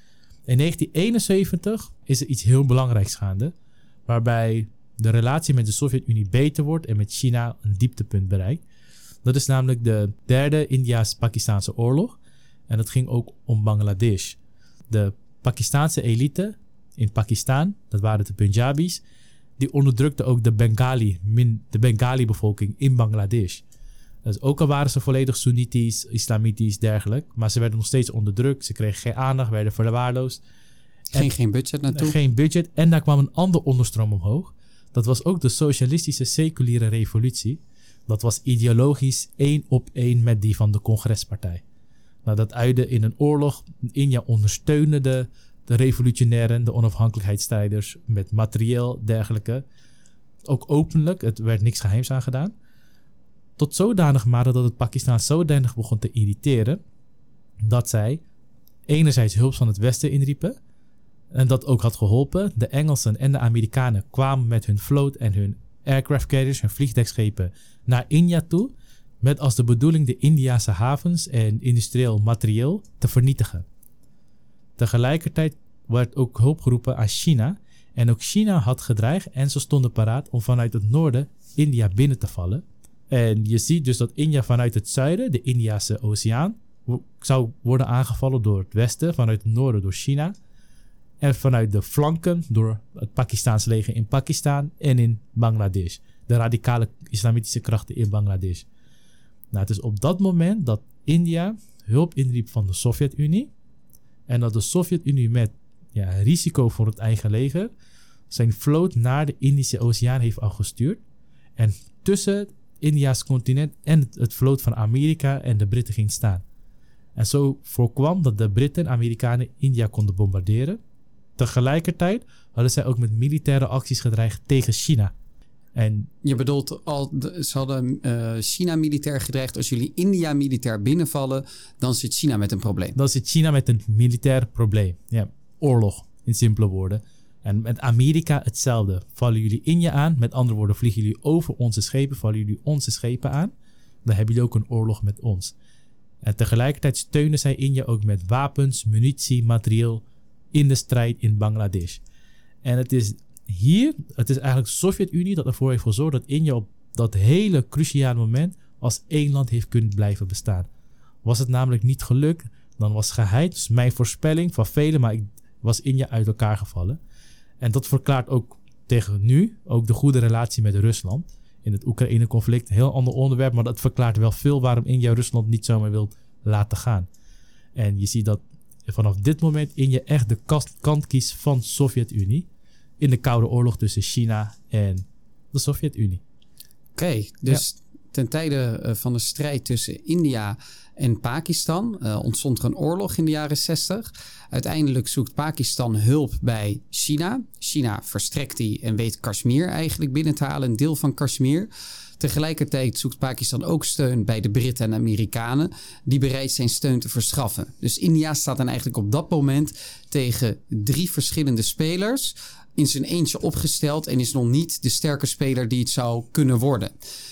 In negentien eenenzeventig is er iets heel belangrijks gaande, waarbij de relatie met de Sovjet-Unie beter wordt en met China een dieptepunt bereikt. Dat is namelijk de derde Indiaas-Pakistaanse oorlog. En dat ging ook om Bangladesh. De Pakistaanse elite in Pakistan, dat waren de Punjabis, die onderdrukte ook de Bengali, de Bengali-bevolking in Bangladesh. Dus ook al waren ze volledig Soenitisch, Islamitisch, dergelijk, maar ze werden nog steeds onderdrukt. Ze kregen geen aandacht, werden verwaarloosd. Geen, geen budget naartoe. Geen budget. En daar kwam een ander onderstroom omhoog. Dat was ook de socialistische seculiere revolutie. Dat was ideologisch één op één met die van de Congrespartij. Nou, dat uitte in een oorlog. India ondersteunde de, de revolutionairen, de onafhankelijkheidsstrijders met materieel, dergelijke. Ook openlijk, het werd niks geheims aan gedaan. Tot zodanig mate dat het Pakistan zodanig begon te irriteren, dat zij enerzijds hulp van het Westen inriepen. En dat ook had geholpen. De Engelsen en de Amerikanen kwamen met hun vloot en hun aircraft carriers, hun vliegdekschepen, naar India toe. Met als de bedoeling de Indiase havens en industrieel materieel te vernietigen. Tegelijkertijd werd ook hulp geroepen aan China. En ook China had gedreigd en ze stonden paraat om vanuit het noorden India binnen te vallen. En je ziet dus dat India vanuit het zuiden, de Indiase Oceaan, zou worden aangevallen door het westen, vanuit het noorden door China. En vanuit de flanken door het Pakistaans leger in Pakistan en in Bangladesh. De radicale islamitische krachten in Bangladesh. Nou, het is op dat moment dat India hulp inriep van de Sovjet-Unie. En dat de Sovjet-Unie met ja, risico voor het eigen leger zijn vloot naar de Indische Oceaan heeft al gestuurd. En tussen India's continent en het, het vloot van Amerika en de Britten ging staan. En zo voorkwam dat de Britten en Amerikanen India konden bombarderen. Tegelijkertijd hadden zij ook met militaire acties gedreigd tegen China. En je bedoelt, al de, ze hadden uh, China militair gedreigd. Als jullie India militair binnenvallen, dan zit China met een probleem. Dan zit China met een militair probleem. Ja, oorlog, in simpele woorden. En met Amerika hetzelfde. Vallen jullie India aan, met andere woorden, vliegen jullie over onze schepen, vallen jullie onze schepen aan, dan hebben jullie ook een oorlog met ons. En tegelijkertijd steunen zij India ook met wapens, munitie, materieel in de strijd in Bangladesh. En het is hier, het is eigenlijk de Sovjet-Unie dat ervoor heeft gezorgd dat India op dat hele cruciale moment als één land heeft kunnen blijven bestaan. Was het namelijk niet gelukt, dan was geheid, dus mijn voorspelling van velen, maar ik was India uit elkaar gevallen. En dat verklaart ook tegen nu ook de goede relatie met Rusland. In het Oekraïne-conflict, heel ander onderwerp, maar dat verklaart wel veel waarom India Rusland niet zomaar wil laten gaan. En je ziet dat vanaf dit moment India echt de kant kiest van Sovjet-Unie in de Koude Oorlog tussen China en de Sovjet-Unie. Oké, okay, dus ja. ten tijde uh, van de strijd tussen India en Pakistan uh, ontstond er een oorlog in de jaren zestig. Uiteindelijk zoekt Pakistan hulp bij China. China verstrekt die en weet Kashmir eigenlijk binnen te halen, een deel van Kashmir. Tegelijkertijd zoekt Pakistan ook steun bij de Britten en Amerikanen die bereid zijn steun te verschaffen. Dus India staat dan eigenlijk op dat moment tegen drie verschillende spelers in zijn eentje opgesteld en is nog niet de sterke speler die het zou kunnen worden.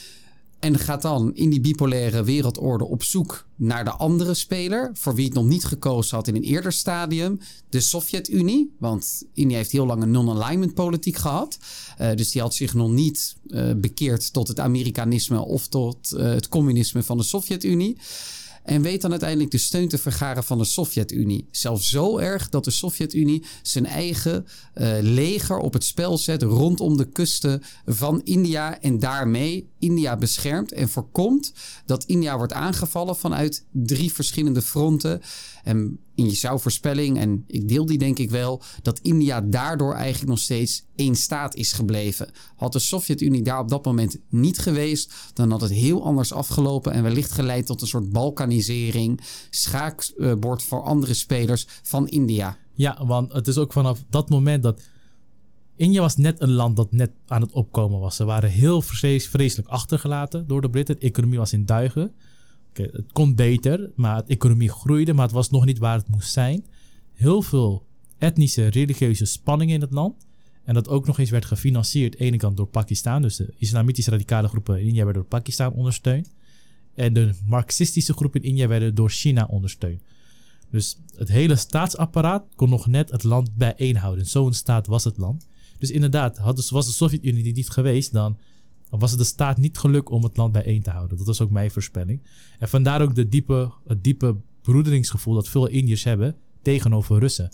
En gaat dan in die bipolaire wereldorde op zoek naar de andere speler, voor wie het nog niet gekozen had in een eerder stadium, de Sovjet-Unie. Want India heeft heel lang een non-alignment politiek gehad. Uh, dus die had zich nog niet uh, bekeerd tot het Amerikanisme of tot uh, het communisme van de Sovjet-Unie. En weet dan uiteindelijk de steun te vergaren van de Sovjet-Unie. Zelfs zo erg dat de Sovjet-Unie zijn eigen uh, leger op het spel zet rondom de kusten van India. En daarmee India beschermt en voorkomt dat India wordt aangevallen vanuit drie verschillende fronten. En in jouw voorspelling, en ik deel die denk ik wel, dat India daardoor eigenlijk nog steeds één staat is gebleven. Had de Sovjet-Unie daar op dat moment niet geweest, dan had het heel anders afgelopen en wellicht geleid tot een soort balkanisering, schaakbord voor andere spelers van India. Ja, want het is ook vanaf dat moment dat India was net een land dat net aan het opkomen was. Ze waren heel vrees, vreselijk achtergelaten door de Britten. De economie was in duigen. Okay, het kon beter, maar de economie groeide, maar het was nog niet waar het moest zijn. Heel veel etnische, religieuze spanningen in het land. En dat ook nog eens werd gefinancierd, aan de ene kant door Pakistan. Dus de islamitische radicale groepen in India werden door Pakistan ondersteund. En de marxistische groepen in India werden door China ondersteund. Dus het hele staatsapparaat kon nog net het land bijeenhouden. Zo'n staat was het land. Dus inderdaad, had, was de Sovjet-Unie niet geweest, dan was het de staat niet gelukt om het land bijeen te houden. Dat was ook mijn voorspelling. En vandaar ook de diepe, het diepe broederingsgevoel dat veel Indiërs hebben tegenover Russen.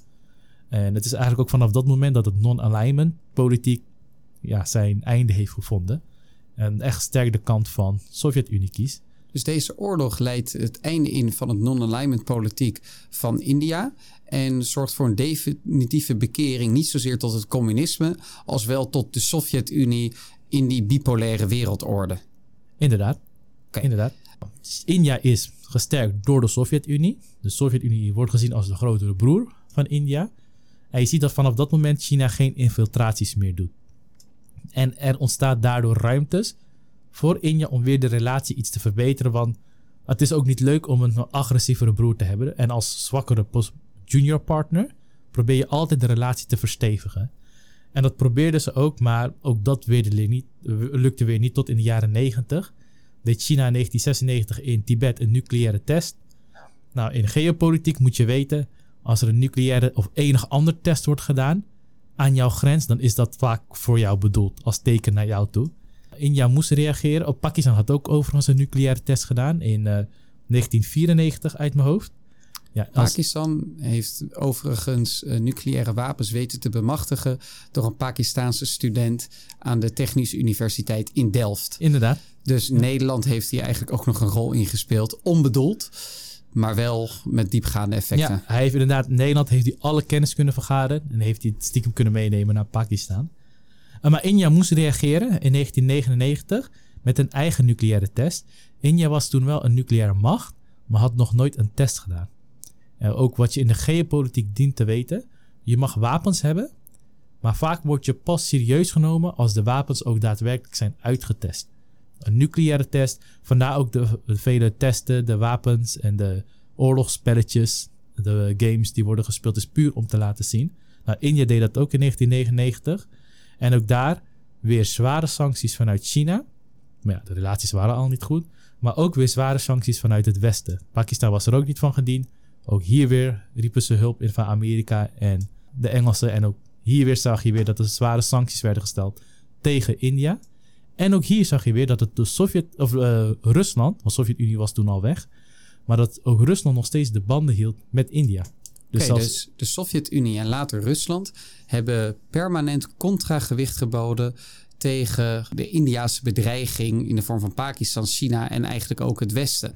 En het is eigenlijk ook vanaf dat moment dat het non-alignment politiek ja, zijn einde heeft gevonden. En echt sterk de kant van Sovjet-Unie kiest. Dus deze oorlog leidt het einde in van het non-alignment politiek van India. En zorgt voor een definitieve bekering niet zozeer tot het communisme, als wel tot de Sovjet-Unie in die bipolaire wereldorde. Inderdaad. Okay. Inderdaad. India is gesterkt door de Sovjet-Unie. De Sovjet-Unie wordt gezien als de grotere broer van India. En je ziet dat vanaf dat moment China geen infiltraties meer doet. En er ontstaat daardoor ruimtes voor India om weer de relatie iets te verbeteren. Want het is ook niet leuk om een agressievere broer te hebben. En als zwakkere junior partner probeer je altijd de relatie te verstevigen. En dat probeerden ze ook, maar ook dat weer niet, lukte weer niet tot in de jaren negentig. Deed China in negentien zesennegentig in Tibet een nucleaire test. Nou, in geopolitiek moet je weten, als er een nucleaire of enig ander test wordt gedaan aan jouw grens, dan is dat vaak voor jou bedoeld, als teken naar jou toe. India moest reageren. Ook Pakistan had ook overigens een nucleaire test gedaan in uh, negentien vierennegentig uit mijn hoofd. Ja, als... Pakistan heeft overigens uh, nucleaire wapens weten te bemachtigen door een Pakistaanse student aan de Technische Universiteit in Delft. Inderdaad. Dus ja. Nederland heeft hier eigenlijk ook nog een rol in gespeeld, onbedoeld, maar wel met diepgaande effecten. Ja, hij heeft inderdaad, Nederland heeft hij alle kennis kunnen vergaren en heeft hij het stiekem kunnen meenemen naar Pakistan. Uh, maar India moest reageren in negentien negenennegentig met een eigen nucleaire test. India was toen wel een nucleaire macht, maar had nog nooit een test gedaan. Uh, ook wat je in de geopolitiek dient te weten. Je mag wapens hebben, maar vaak word je pas serieus genomen als de wapens ook daadwerkelijk zijn uitgetest. Een nucleaire test, vandaar ook de, de vele testen, de wapens en de oorlogsspelletjes, de games die worden gespeeld, is puur om te laten zien. Nou, India deed dat ook in negentien negenennegentig. En ook daar weer zware sancties vanuit China. Maar ja, de relaties waren al niet goed. Maar ook weer zware sancties vanuit het Westen. Pakistan was er ook niet van gediend. Ook hier weer riepen ze hulp in van Amerika en de Engelsen. En ook hier weer zag je weer dat er zware sancties werden gesteld tegen India. En ook hier zag je weer dat het de Sovjet, of uh, Rusland, want de Sovjet-Unie was toen al weg, maar dat ook Rusland nog steeds de banden hield met India. Dus, okay, zelfs... dus de Sovjet-Unie en later Rusland hebben permanent contragewicht geboden tegen de Indiase bedreiging in de vorm van Pakistan, China en eigenlijk ook het Westen.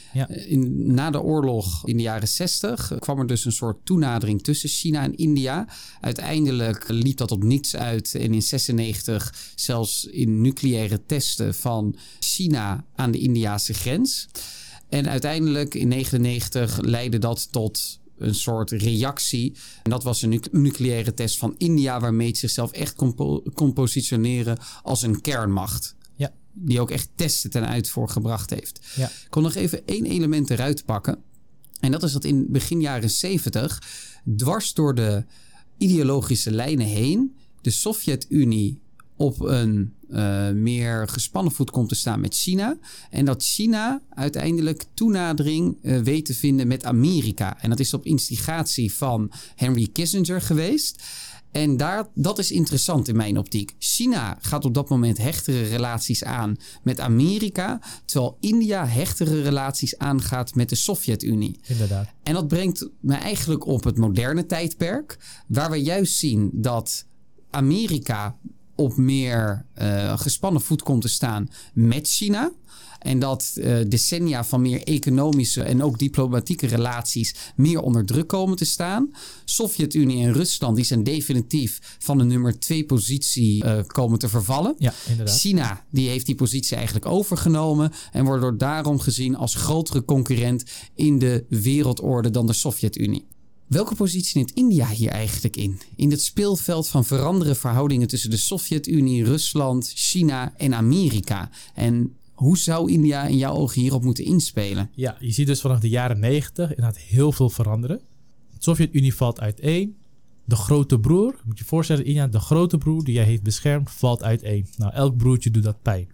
Ja. In, na de oorlog in de jaren zestig kwam er dus een soort toenadering tussen China en India. Uiteindelijk liep dat op niets uit en in zesennegentig zelfs in nucleaire testen van China aan de Indiase grens. En uiteindelijk in negenennegentig leidde dat tot een soort reactie. En dat was een nu- nucleaire test van India, waarmee het zichzelf echt kon, po- kon positioneren als een kernmacht. Ja. Die ook echt testen ten uitvoer gebracht heeft. Ja. Ik kon nog even één element eruit pakken. En dat is dat in begin jaren zeventig, dwars door de ideologische lijnen heen, de Sovjet-Unie op een uh, meer gespannen voet komt te staan met China. En dat China uiteindelijk toenadering uh, weet te vinden met Amerika. En dat is op instigatie van Henry Kissinger geweest. En daar, dat is interessant in mijn optiek. China gaat op dat moment hechtere relaties aan met Amerika, terwijl India hechtere relaties aangaat met de Sovjet-Unie. Inderdaad. En dat brengt me eigenlijk op het moderne tijdperk, waar we juist zien dat Amerika op meer uh, gespannen voet komt te staan met China. En dat uh, decennia van meer economische en ook diplomatieke relaties meer onder druk komen te staan. Sovjet-Unie en Rusland die zijn definitief van de nummer twee positie uh, komen te vervallen. Ja, inderdaad. China die heeft die positie eigenlijk overgenomen en wordt door daarom gezien als grotere concurrent in de wereldorde dan de Sovjet-Unie. Welke positie neemt India hier eigenlijk in? In het speelveld van veranderende verhoudingen tussen de Sovjet-Unie, Rusland, China en Amerika. En hoe zou India in jouw ogen hierop moeten inspelen? Ja, je ziet dus vanaf de jaren negentig inderdaad heel veel veranderen. De Sovjet-Unie valt uiteen. De grote broer, moet je je voorstellen, India, de grote broer die jij heeft beschermd, valt uiteen. Nou, elk broertje doet dat pijn.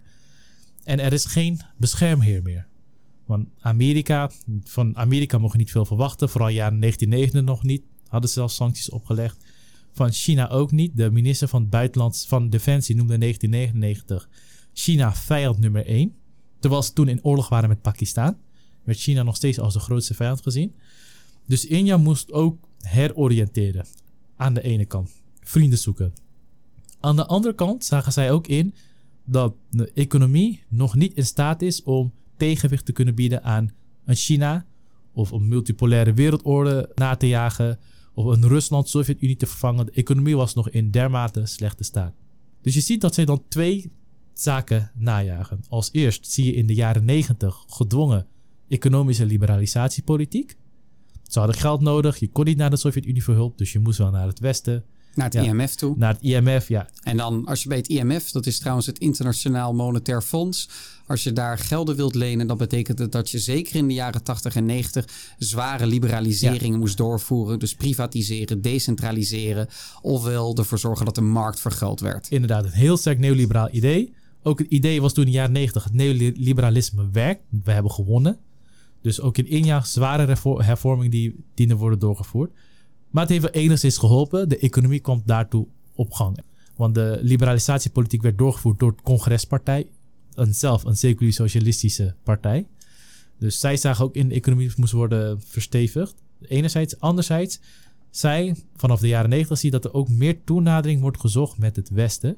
En er is geen beschermheer meer. Want Amerika, van Amerika mogen niet veel verwachten. Vooral jaren negentien negentig nog niet. Hadden ze zelfs sancties opgelegd. Van China ook niet. De minister van Buitenlands van Defensie noemde in negentien negenennegentig China vijand nummer één. Terwijl ze toen in oorlog waren met Pakistan. Werd China nog steeds als de grootste vijand gezien. Dus India moest ook heroriënteren. Aan de ene kant. Vrienden zoeken. Aan de andere kant zagen zij ook in dat de economie nog niet in staat is om tegenwicht te kunnen bieden aan een China of een multipolaire wereldorde na te jagen of een Rusland, Sovjet-Unie te vervangen. De economie was nog in dermate slechte staat. Dus je ziet dat zij dan twee zaken najagen. Als eerst zie je in de jaren negentig gedwongen economische liberalisatiepolitiek. Ze hadden geld nodig, je kon niet naar de Sovjet-Unie voor hulp, dus je moest wel naar het Westen. Naar het ja, I M F toe. Naar het I M F, ja. En dan als je bij het I M F, dat is trouwens het Internationaal Monetair Fonds. Als je daar gelden wilt lenen, dan betekent het dat je zeker in de jaren tachtig en negentig zware liberaliseringen ja. moest doorvoeren. Dus privatiseren, decentraliseren. Ofwel ervoor zorgen dat de markt vergroot werd. Inderdaad, een heel sterk neoliberaal idee. Ook het idee was toen in de jaren negentig, het neoliberalisme werkt. We hebben gewonnen. Dus ook in India zware hervormingen die dienen worden doorgevoerd. Maar het heeft wel enigszins geholpen. De economie kwam daartoe op gang. Want de liberalisatiepolitiek werd doorgevoerd door de Congrespartij. Een, zelf een seculier-socialistische partij. Dus zij zagen ook in de economie moest worden verstevigd. Enerzijds. Anderzijds, zij vanaf de jaren negentig zien dat er ook meer toenadering wordt gezocht met het Westen.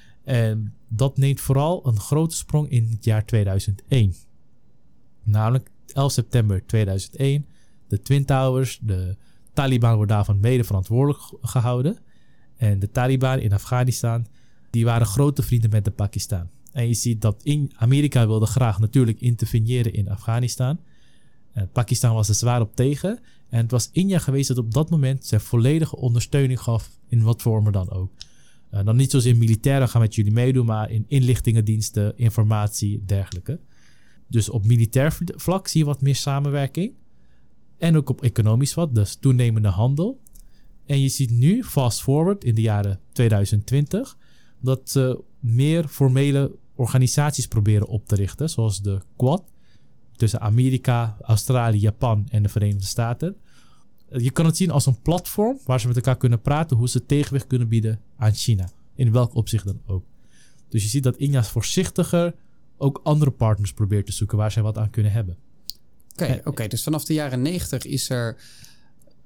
En dat neemt vooral een grote sprong in het jaar tweeduizend één. Namelijk elf september tweeduizend één. De Twin Towers, de Taliban wordt daarvan mede verantwoordelijk gehouden. En de Taliban in Afghanistan, die waren grote vrienden met de Pakistan. En je ziet dat in Amerika wilde graag natuurlijk interveneren in Afghanistan. En Pakistan was er zwaar op tegen. En het was India geweest dat op dat moment zijn volledige ondersteuning gaf, in wat vormen dan ook. Uh, dan niet zozeer militair, gaan met jullie meedoen, maar in inlichtingendiensten, informatie, dergelijke. Dus op militair vlak zie je wat meer samenwerking. En ook op economisch vlak, dus toenemende handel. En je ziet nu, fast forward in de jaren tweeduizend twintig, dat ze meer formele organisaties proberen op te richten, zoals de Quad, tussen Amerika, Australië, Japan en de Verenigde Staten. Je kan het zien als een platform waar ze met elkaar kunnen praten hoe ze tegenwicht kunnen bieden aan China. In welk opzicht dan ook. Dus je ziet dat India voorzichtiger ook andere partners probeert te zoeken waar zij wat aan kunnen hebben. Oké, okay, okay, dus vanaf de jaren negentig is er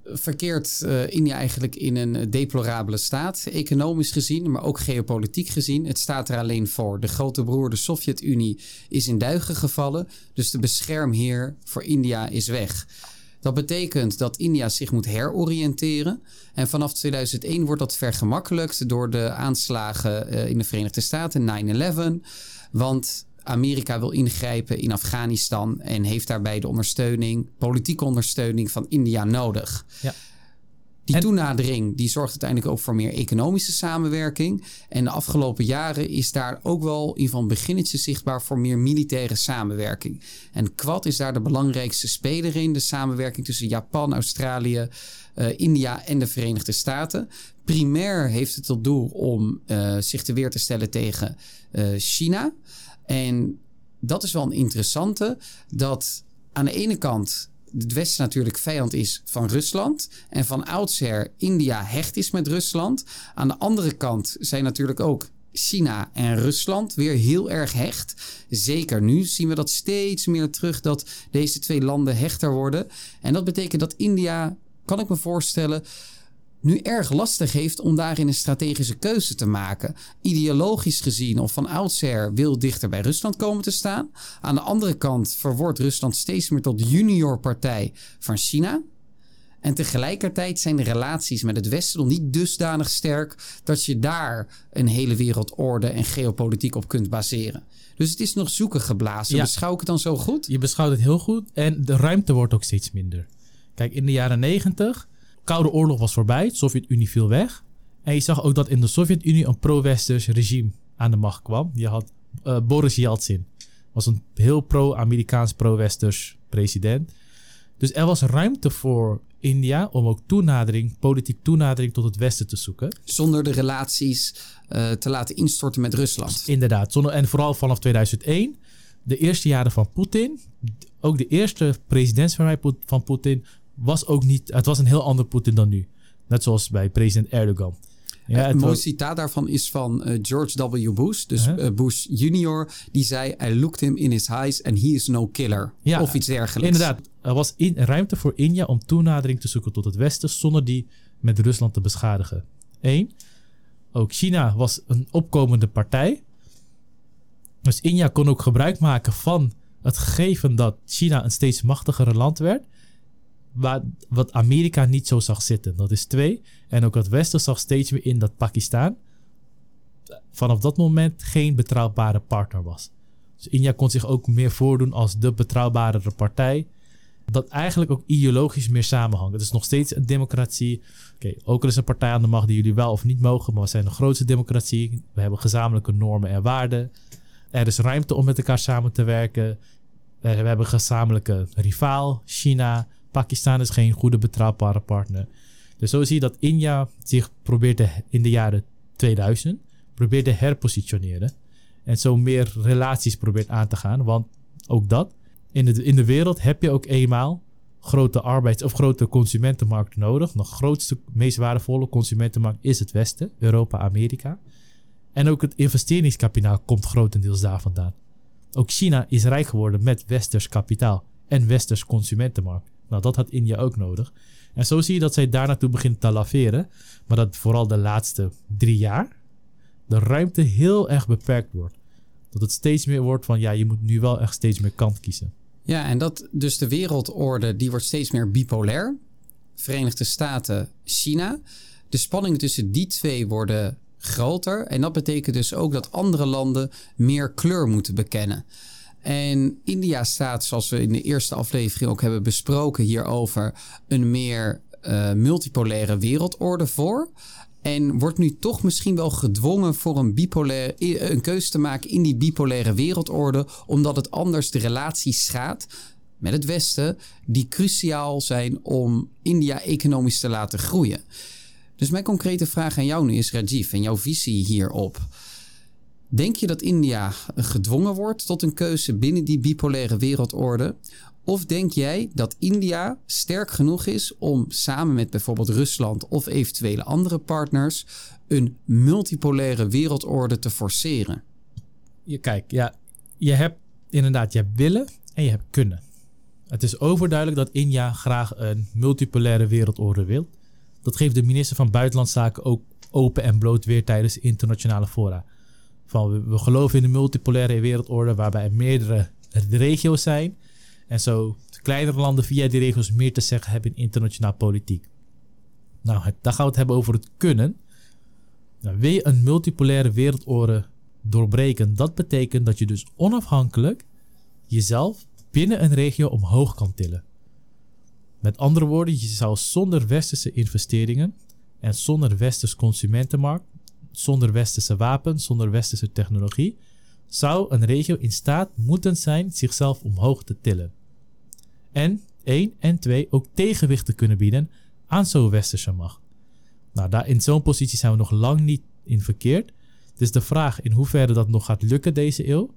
verkeert uh, India eigenlijk in een deplorabele staat. Economisch gezien, maar ook geopolitiek gezien. Het staat er alleen voor. De grote broer, de Sovjet-Unie, is in duigen gevallen. Dus de beschermheer voor India is weg. Dat betekent dat India zich moet heroriënteren. En vanaf tweeduizend één wordt dat vergemakkelijkt door de aanslagen uh, in de Verenigde Staten, nine eleven. Want Amerika wil ingrijpen in Afghanistan en heeft daarbij de ondersteuning, politieke ondersteuning van India nodig. Ja. Die en... toenadering die zorgt uiteindelijk ook voor meer economische samenwerking. En de afgelopen jaren is daar ook wel in ieder geval een beginnetje zichtbaar voor meer militaire samenwerking. En Quad is daar de belangrijkste speler in. De samenwerking tussen Japan, Australië, uh, India en de Verenigde Staten. Primair heeft het tot doel om uh, zich te weer te stellen tegen uh, China. En dat is wel een interessante, dat aan de ene kant het Westen natuurlijk vijand is van Rusland en van oudsher India hecht is met Rusland. Aan de andere kant zijn natuurlijk ook China en Rusland weer heel erg hecht. Zeker nu zien we dat steeds meer terug, dat deze twee landen hechter worden. En dat betekent dat India, kan ik me voorstellen, nu erg lastig heeft om daarin een strategische keuze te maken. Ideologisch gezien of van oudsher wil dichter bij Rusland komen te staan. Aan de andere kant verwordt Rusland steeds meer tot junior partij van China. En tegelijkertijd zijn de relaties met het Westen nog niet dusdanig sterk dat je daar een hele wereldorde en geopolitiek op kunt baseren. Dus het is nog zoeken geblazen. Ja. Beschouw ik het dan zo goed? Je beschouwt het heel goed en de ruimte wordt ook steeds minder. Kijk, in de jaren negentig... Koude Oorlog was voorbij, de Sovjet-Unie viel weg. En je zag ook dat in de Sovjet-Unie een pro-westers regime aan de macht kwam. Je had uh, Boris Yeltsin. Was een heel pro-Amerikaans, pro-westers president. Dus er was ruimte voor India om ook toenadering, politiek toenadering tot het Westen te zoeken. Zonder de relaties uh, te laten instorten met Rusland. Inderdaad. Zonder, en vooral vanaf tweeduizend één, de eerste jaren van Poetin. Ook de eerste presidentschap van Poetin was ook niet, het was een heel ander Poetin dan nu. Net zoals bij president Erdogan. Ja, het een mooi was... citaat daarvan is van uh, George W. Bush. Dus uh-huh. uh, Bush junior. Die zei, I looked him in his eyes and he is no killer. Ja, of iets dergelijks. Inderdaad. Er was in, ruimte voor India om toenadering te zoeken tot het Westen zonder die met Rusland te beschadigen. Eén. Ook China was een opkomende partij. Dus India kon ook gebruik maken van het gegeven dat China een steeds machtigere land werd. Waar, wat Amerika niet zo zag zitten. Dat is twee. En ook het Westen zag steeds meer in dat Pakistan vanaf dat moment geen betrouwbare partner was. Dus India kon zich ook meer voordoen als de betrouwbare partij. Dat eigenlijk ook ideologisch meer samenhangt. Het is nog steeds een democratie. Oké, okay, ook er is een partij aan de macht die jullie wel of niet mogen. Maar we zijn de grootste democratie. We hebben gezamenlijke normen en waarden. Er is ruimte om met elkaar samen te werken. We hebben een gezamenlijke rivaal, China. Pakistan is geen goede betrouwbare partner. Dus zo zie je dat India zich probeert te, in de jaren tweeduizend probeert te herpositioneren. En zo meer relaties probeert aan te gaan. Want ook dat, in de, in de wereld heb je ook eenmaal grote arbeids- of grote consumentenmarkten nodig. De grootste, meest waardevolle consumentenmarkt is het Westen, Europa, Amerika. En ook het investeringskapitaal komt grotendeels daar vandaan. Ook China is rijk geworden met westers kapitaal en westers consumentenmarkt. Nou, dat had India ook nodig. En zo zie je dat zij daar naartoe beginnen te laveren. Maar dat vooral de laatste drie jaar de ruimte heel erg beperkt wordt. Dat het steeds meer wordt van, ja, je moet nu wel echt steeds meer kant kiezen. Ja, en dat dus de wereldorde, die wordt steeds meer bipolair. Verenigde Staten, China. De spanningen tussen die twee worden groter. En dat betekent dus ook dat andere landen meer kleur moeten bekennen. En India staat, zoals we in de eerste aflevering ook hebben besproken hierover, een meer uh, multipolaire wereldorde voor. En wordt nu toch misschien wel gedwongen voor een, bipolaire, een keuze te maken in die bipolaire wereldorde, omdat het anders de relaties schaadt met het Westen, die cruciaal zijn om India economisch te laten groeien. Dus mijn concrete vraag aan jou nu is, Rajiv, en jouw visie hierop. Denk je dat India gedwongen wordt tot een keuze binnen die bipolaire wereldorde? Of denk jij dat India sterk genoeg is om samen met bijvoorbeeld Rusland of eventuele andere partners een multipolaire wereldorde te forceren? Je, kijk, ja, je hebt inderdaad, je hebt willen en je hebt kunnen. Het is overduidelijk dat India graag een multipolaire wereldorde wil. Dat geeft de minister van Buitenlandse Zaken ook open en bloot weer tijdens internationale fora. Van we, we geloven in de multipolaire wereldorde waarbij er meerdere regio's zijn. En zo kleinere landen via die regio's meer te zeggen hebben in internationaal politiek. Nou, het, daar gaan we het hebben over het kunnen. Nou, wil je een multipolaire wereldorde doorbreken? Dat betekent dat je dus onafhankelijk jezelf binnen een regio omhoog kan tillen. Met andere woorden, je zou zonder westerse investeringen en zonder westerse consumentenmarkt, zonder westerse wapens, zonder westerse technologie, zou een regio in staat moeten zijn zichzelf omhoog te tillen. En één en twee ook tegenwicht te kunnen bieden aan zo'n westerse macht. Nou, daar in zo'n positie zijn we nog lang niet in verkeerd. Dus de vraag in hoeverre dat nog gaat lukken deze eeuw.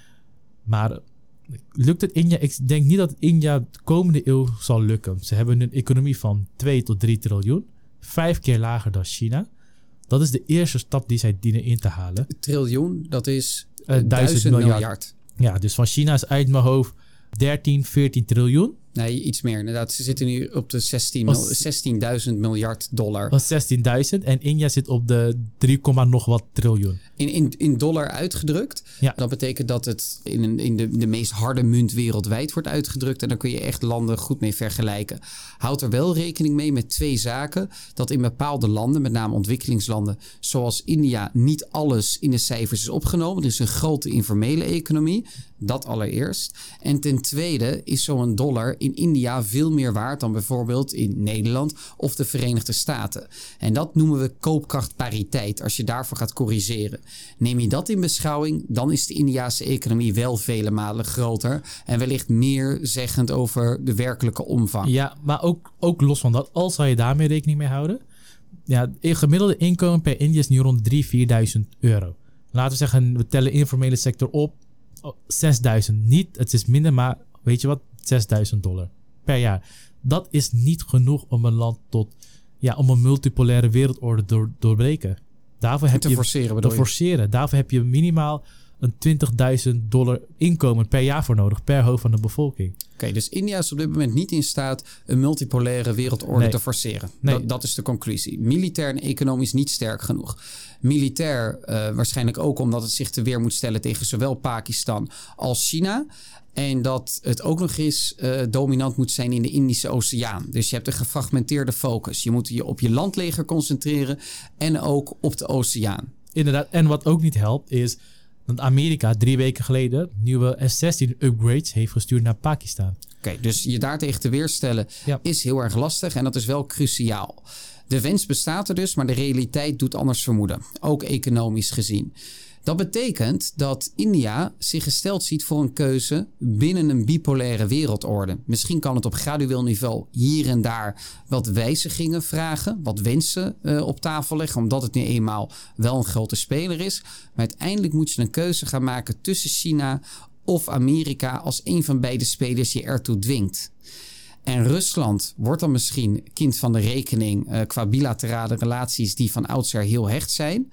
Maar lukt het India? Ik denk niet dat India de komende eeuw zal lukken. Ze hebben een economie van twee tot drie triljoen. Vijf keer lager dan China. Dat is de eerste stap die zij dienen in te halen. Triljoen, dat is Uh, duizend, duizend miljard. miljard. Ja, dus van China is uit mijn hoofd dertien, veertien triljoen. Nee, iets meer. Inderdaad, ze zitten nu op de zestien, Als- zestienduizend miljard dollar. Dat is zestienduizend. En India zit op de drie, nog wat triljoen. In, in, in dollar uitgedrukt. Ja. Dat betekent dat het in, een, in de, de meest harde munt wereldwijd wordt uitgedrukt. En dan kun je echt landen goed mee vergelijken. Houd er wel rekening mee met twee zaken. Dat in bepaalde landen, met name ontwikkelingslanden zoals India, niet alles in de cijfers is opgenomen. Er is een grote informele economie. Dat allereerst. En ten tweede is zo'n dollar in India veel meer waard dan bijvoorbeeld in Nederland of de Verenigde Staten. En dat noemen we koopkrachtpariteit als je daarvoor gaat corrigeren. Neem je dat in beschouwing, dan is de Indiase economie wel vele malen groter en wellicht meer zeggend over de werkelijke omvang. Ja, maar ook, ook los van dat, al zou je daarmee rekening mee houden. Ja, het gemiddelde inkomen per India is nu rond drieduizend, vierduizend euro. Laten we zeggen, we tellen informele sector op. Oh, zesduizend. Niet, het is minder, maar weet je wat? zesduizend dollar per jaar. Dat is niet genoeg om een land tot, ja, om een multipolaire wereldorde door, doorbreken. Daarvoor heb te je forceren te bedoel je? forceren. Daarvoor heb je minimaal een twintigduizend dollar inkomen per jaar voor nodig, per hoofd van de bevolking. Oké, okay, dus India is op dit moment niet in staat een multipolaire wereldorde Nee. te forceren. Nee. Dat, dat is de conclusie. Militair en economisch niet sterk genoeg. Militair uh, waarschijnlijk ook omdat het zich te weer moet stellen tegen zowel Pakistan als China. En dat het ook nog eens uh, dominant moet zijn in de Indische Oceaan. Dus je hebt een gefragmenteerde focus. Je moet je op je landleger concentreren en ook op de oceaan. Inderdaad, en wat ook niet helpt is dat Amerika drie weken geleden nieuwe F zestien upgrades heeft gestuurd naar Pakistan. Oké, okay, dus je daartegen te weerstellen Ja. is heel erg lastig en dat is wel cruciaal. De wens bestaat er dus, maar de realiteit doet anders vermoeden. Ook economisch gezien. Dat betekent dat India zich gesteld ziet voor een keuze binnen een bipolaire wereldorde. Misschien kan het op gradueel niveau hier en daar wat wijzigingen vragen, wat wensen uh, op tafel leggen, omdat het nu eenmaal wel een grote speler is. Maar uiteindelijk moet je een keuze gaan maken tussen China of Amerika als een van beide spelers je ertoe dwingt. En Rusland wordt dan misschien kind van de rekening uh, qua bilaterale relaties die van oudsher heel hecht zijn.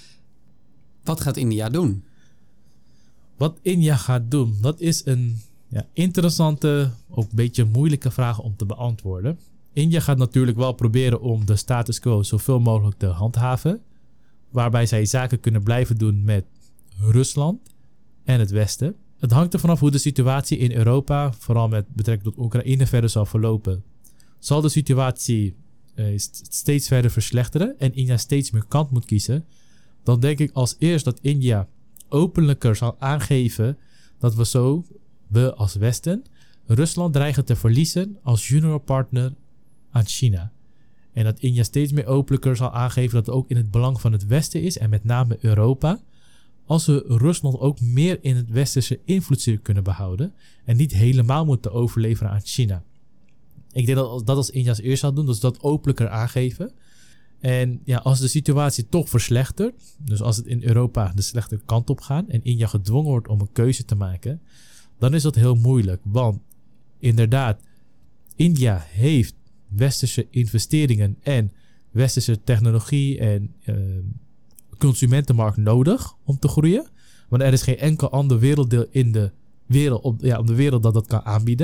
Wat gaat India doen? Wat India gaat doen, dat is een ja, interessante, ook een beetje moeilijke vraag om te beantwoorden. India gaat natuurlijk wel proberen om de status quo zoveel mogelijk te handhaven. Waarbij zij zaken kunnen blijven doen met Rusland en het Westen. Het hangt er vanaf hoe de situatie in Europa, vooral met betrekking tot Oekraïne, verder zal verlopen. Zal de situatie uh, steeds verder verslechteren en India steeds meer kant moet kiezen, dan denk ik als eerst dat India openlijker zal aangeven dat we zo, we als Westen, Rusland dreigen te verliezen als junior partner aan China. En dat India steeds meer openlijker zal aangeven dat het ook in het belang van het Westen is en met name Europa, als we Rusland ook meer in het westerse invloedssfeer kunnen behouden en niet helemaal moeten overleveren aan China. Ik denk dat dat als India als eerst zal doen, dus dat openlijker aangeven. En ja, als de situatie toch verslechtert, dus als het in Europa de slechte kant op gaat en India gedwongen wordt om een keuze te maken, dan is dat heel moeilijk. Want inderdaad, India heeft westerse investeringen en westerse technologie en uh, consumentenmarkt nodig om te groeien. Want er is geen enkel ander werelddeel in de wereld, op, ja, op de wereld dat dat kan aanbieden.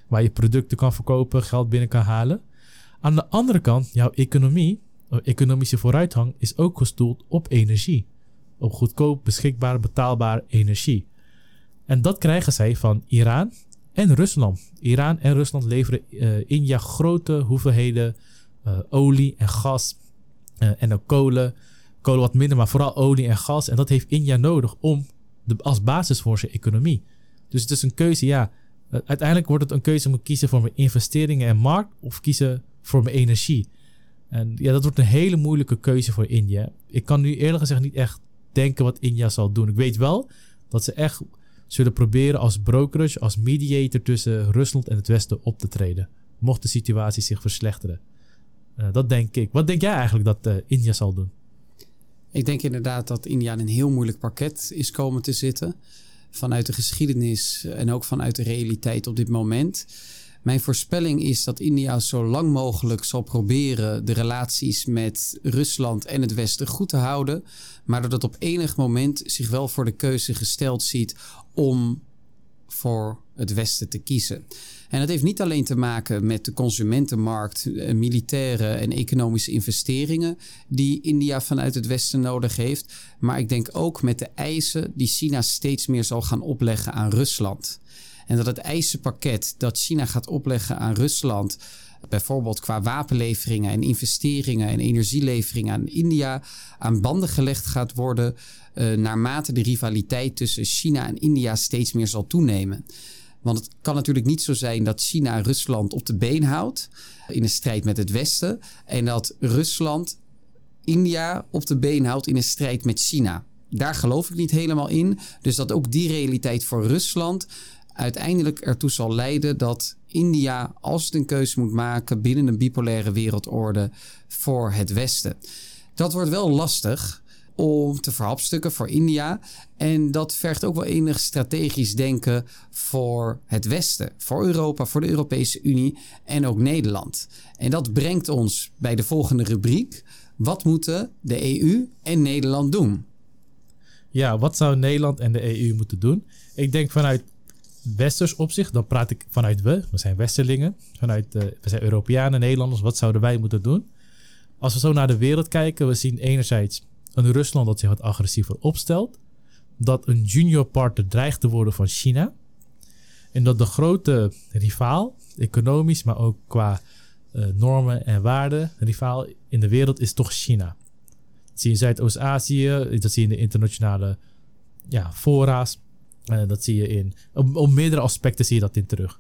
waar je producten kan verkopen, geld binnen kan halen. Aan de andere kant, jouw economie, economische vooruitgang is ook gestoeld op energie. Op goedkoop, beschikbaar, betaalbare energie. En dat krijgen zij van Iran en Rusland. Iran en Rusland leveren uh, India grote hoeveelheden uh, olie en gas uh, en ook kolen. Kolen wat minder, maar vooral olie en gas. En dat heeft India nodig om de, als basis voor zijn economie. Dus het is een keuze, ja. Uh, uiteindelijk wordt het een keuze om te kiezen voor mijn investeringen en markt of kiezen voor mijn energie. En ja, dat wordt een hele moeilijke keuze voor India. Ik kan nu eerlijk gezegd niet echt denken wat India zal doen. Ik weet wel dat ze echt zullen proberen als brokerage, als mediator tussen Rusland en het Westen op te treden. Mocht de situatie zich verslechteren. Uh, dat denk ik. Wat denk jij eigenlijk dat uh, India zal doen? Ik denk inderdaad dat India in een heel moeilijk parket is komen te zitten. Vanuit de geschiedenis en ook vanuit de realiteit op dit moment. Mijn voorspelling is dat India zo lang mogelijk zal proberen de relaties met Rusland en het Westen goed te houden. Maar dat het op enig moment zich wel voor de keuze gesteld ziet om voor het Westen te kiezen. En dat heeft niet alleen te maken met de consumentenmarkt, militaire en economische investeringen die India vanuit het Westen nodig heeft. Maar ik denk ook met de eisen die China steeds meer zal gaan opleggen aan Rusland. En dat het eisenpakket dat China gaat opleggen aan Rusland, bijvoorbeeld qua wapenleveringen en investeringen en energieleveringen aan India, aan banden gelegd gaat worden uh, naarmate de rivaliteit tussen China en India steeds meer zal toenemen. Want het kan natuurlijk niet zo zijn dat China Rusland op de been houdt in een strijd met het Westen en dat Rusland India op de been houdt in een strijd met China. Daar geloof ik niet helemaal in. Dus dat ook die realiteit voor Rusland uiteindelijk ertoe zal leiden dat India, als het een keuze moet maken binnen een bipolaire wereldorde, voor het Westen. Dat wordt wel lastig om te verhapstukken voor India. En dat vergt ook wel enig strategisch denken voor het Westen, voor Europa, voor de Europese Unie en ook Nederland. En dat brengt ons bij de volgende rubriek. Wat moeten de E U en Nederland doen? Ja, wat zou Nederland en de E U moeten doen? Ik denk vanuit westers opzicht, dan praat ik vanuit we. We zijn westerlingen. Vanuit, uh, we zijn Europeanen, Nederlanders. Wat zouden wij moeten doen? Als we zo naar de wereld kijken, we zien enerzijds een Rusland dat zich wat agressiever opstelt. Dat een junior partner dreigt te worden van China. En dat de grote rivaal, economisch, maar ook qua uh, normen en waarden, rivaal in de wereld is toch China. Dat zie je in Zuidoost-Azië, dat zie je in de internationale ja, fora's. Uh, dat zie je in, op, op meerdere aspecten zie je dat in terug.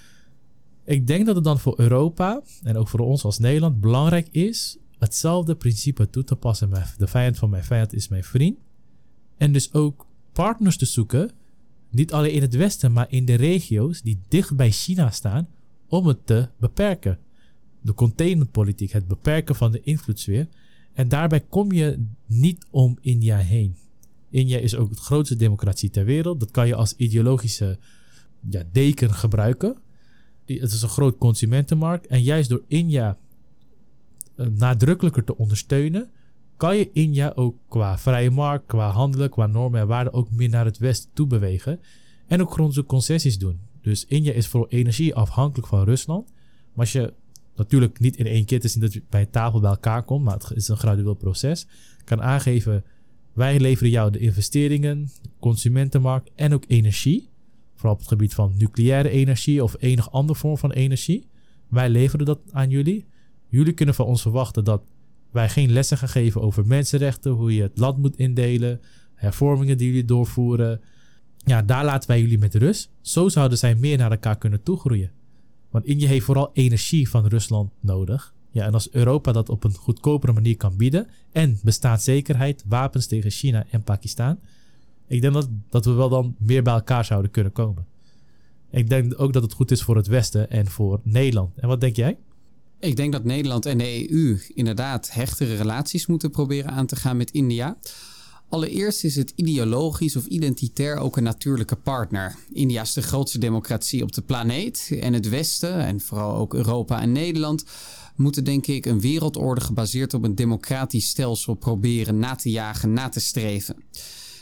Ik denk dat het dan voor Europa en ook voor ons als Nederland belangrijk is hetzelfde principe toe te passen. De vijand van mijn vijand is mijn vriend. En dus ook partners te zoeken, niet alleen in het Westen, maar in de regio's die dicht bij China staan, om het te beperken. De containmentpolitiek, het beperken van de invloedssfeer. En daarbij kom je niet om India heen. India is ook de grootste democratie ter wereld. Dat kan je als ideologische ja, deken gebruiken. Het is een groot consumentenmarkt. En juist door India uh, nadrukkelijker te ondersteunen, kan je India ook qua vrije markt, qua handelen, qua normen en waarden ook meer naar het westen toe bewegen. En ook grondse concessies doen. Dus India is voor energie afhankelijk van Rusland. Maar als je natuurlijk niet in één keer te zien dat je bij een tafel bij elkaar komt, maar het is een gradueel proces, kan aangeven: wij leveren jou de investeringen, consumentenmarkt en ook energie. Vooral op het gebied van nucleaire energie of enig andere vorm van energie. Wij leveren dat aan jullie. Jullie kunnen van ons verwachten dat wij geen lessen gaan geven over mensenrechten, hoe je het land moet indelen, hervormingen die jullie doorvoeren. Ja, daar laten wij jullie met rust. Zo zouden zij meer naar elkaar kunnen toegroeien. Want India heeft vooral energie van Rusland nodig. Ja, en als Europa dat op een goedkopere manier kan bieden en bestaanszekerheid, wapens tegen China en Pakistan, ik denk dat, dat we wel dan meer bij elkaar zouden kunnen komen. Ik denk ook dat het goed is voor het Westen en voor Nederland. En wat denk jij? Ik denk dat Nederland en de E U inderdaad hechtere relaties moeten proberen aan te gaan met India. Allereerst is het ideologisch of identitair ook een natuurlijke partner. India is de grootste democratie op de planeet en het Westen, en vooral ook Europa en Nederland, moeten denk ik een wereldorde gebaseerd op een democratisch stelsel proberen na te jagen, na te streven.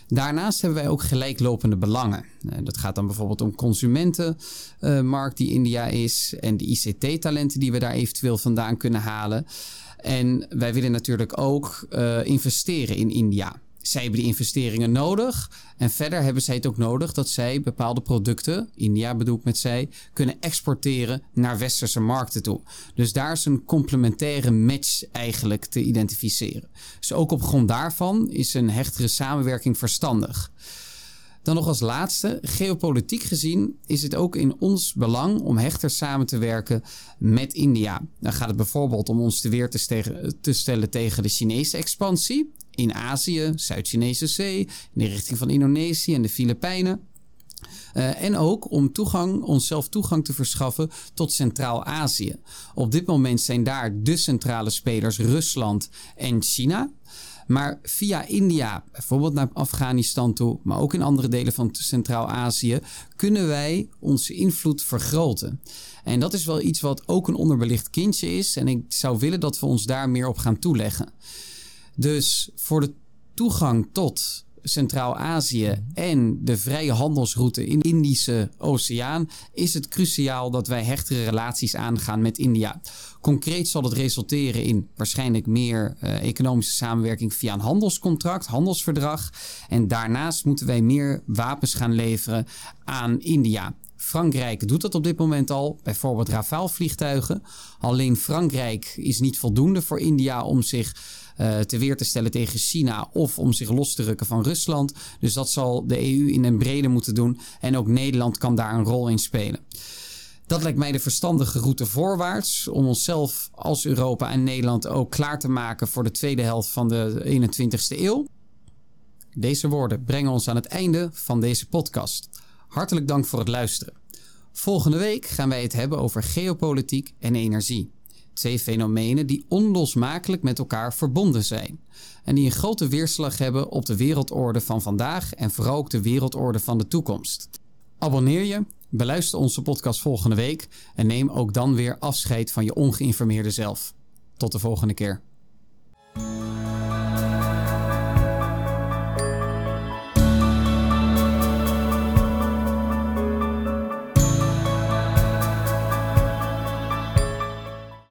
Daarnaast hebben wij ook gelijklopende belangen. Dat gaat dan bijvoorbeeld om consumentenmarkt die India is en de I C T-talenten die we daar eventueel vandaan kunnen halen. En wij willen natuurlijk ook uh, investeren in India. Zij hebben die investeringen nodig. En verder hebben zij het ook nodig dat zij bepaalde producten, India bedoel ik met zij, kunnen exporteren naar westerse markten toe. Dus daar is een complementaire match eigenlijk te identificeren. Dus ook op grond daarvan is een hechtere samenwerking verstandig. Dan nog als laatste, geopolitiek gezien is het ook in ons belang om hechter samen te werken met India. Dan gaat het bijvoorbeeld om ons te weer te, stegen, te stellen tegen de Chinese expansie in Azië, Zuid-Chinese Zee, in de richting van Indonesië en de Filipijnen. Uh, en ook om toegang, onszelf toegang te verschaffen tot Centraal-Azië. Op dit moment zijn daar de centrale spelers Rusland en China. Maar via India, bijvoorbeeld naar Afghanistan toe, maar ook in andere delen van Centraal-Azië, kunnen wij onze invloed vergroten. En dat is wel iets wat ook een onderbelicht kindje is. En ik zou willen dat we ons daar meer op gaan toeleggen. Dus voor de toegang tot Centraal-Azië en de vrije handelsroute in de Indische Oceaan is het cruciaal dat wij hechtere relaties aangaan met India. Concreet zal het resulteren in waarschijnlijk meer uh, economische samenwerking via een handelscontract, handelsverdrag. En daarnaast moeten wij meer wapens gaan leveren aan India. Frankrijk doet dat op dit moment al, bijvoorbeeld Rafale-vliegtuigen. Alleen Frankrijk is niet voldoende voor India om zich uh, te weer te stellen tegen China of om zich los te rukken van Rusland. Dus dat zal de E U in een brede moeten doen en ook Nederland kan daar een rol in spelen. Dat lijkt mij de verstandige route voorwaarts om onszelf als Europa en Nederland ook klaar te maken voor de tweede helft van de eenentwintigste eeuw. Deze woorden brengen ons aan het einde van deze podcast. Hartelijk dank voor het luisteren. Volgende week gaan wij het hebben over geopolitiek en energie. Twee fenomenen die onlosmakelijk met elkaar verbonden zijn. En die een grote weerslag hebben op de wereldorde van vandaag en vooral ook de wereldorde van de toekomst. Abonneer je, beluister onze podcast volgende week en neem ook dan weer afscheid van je ongeïnformeerde zelf. Tot de volgende keer.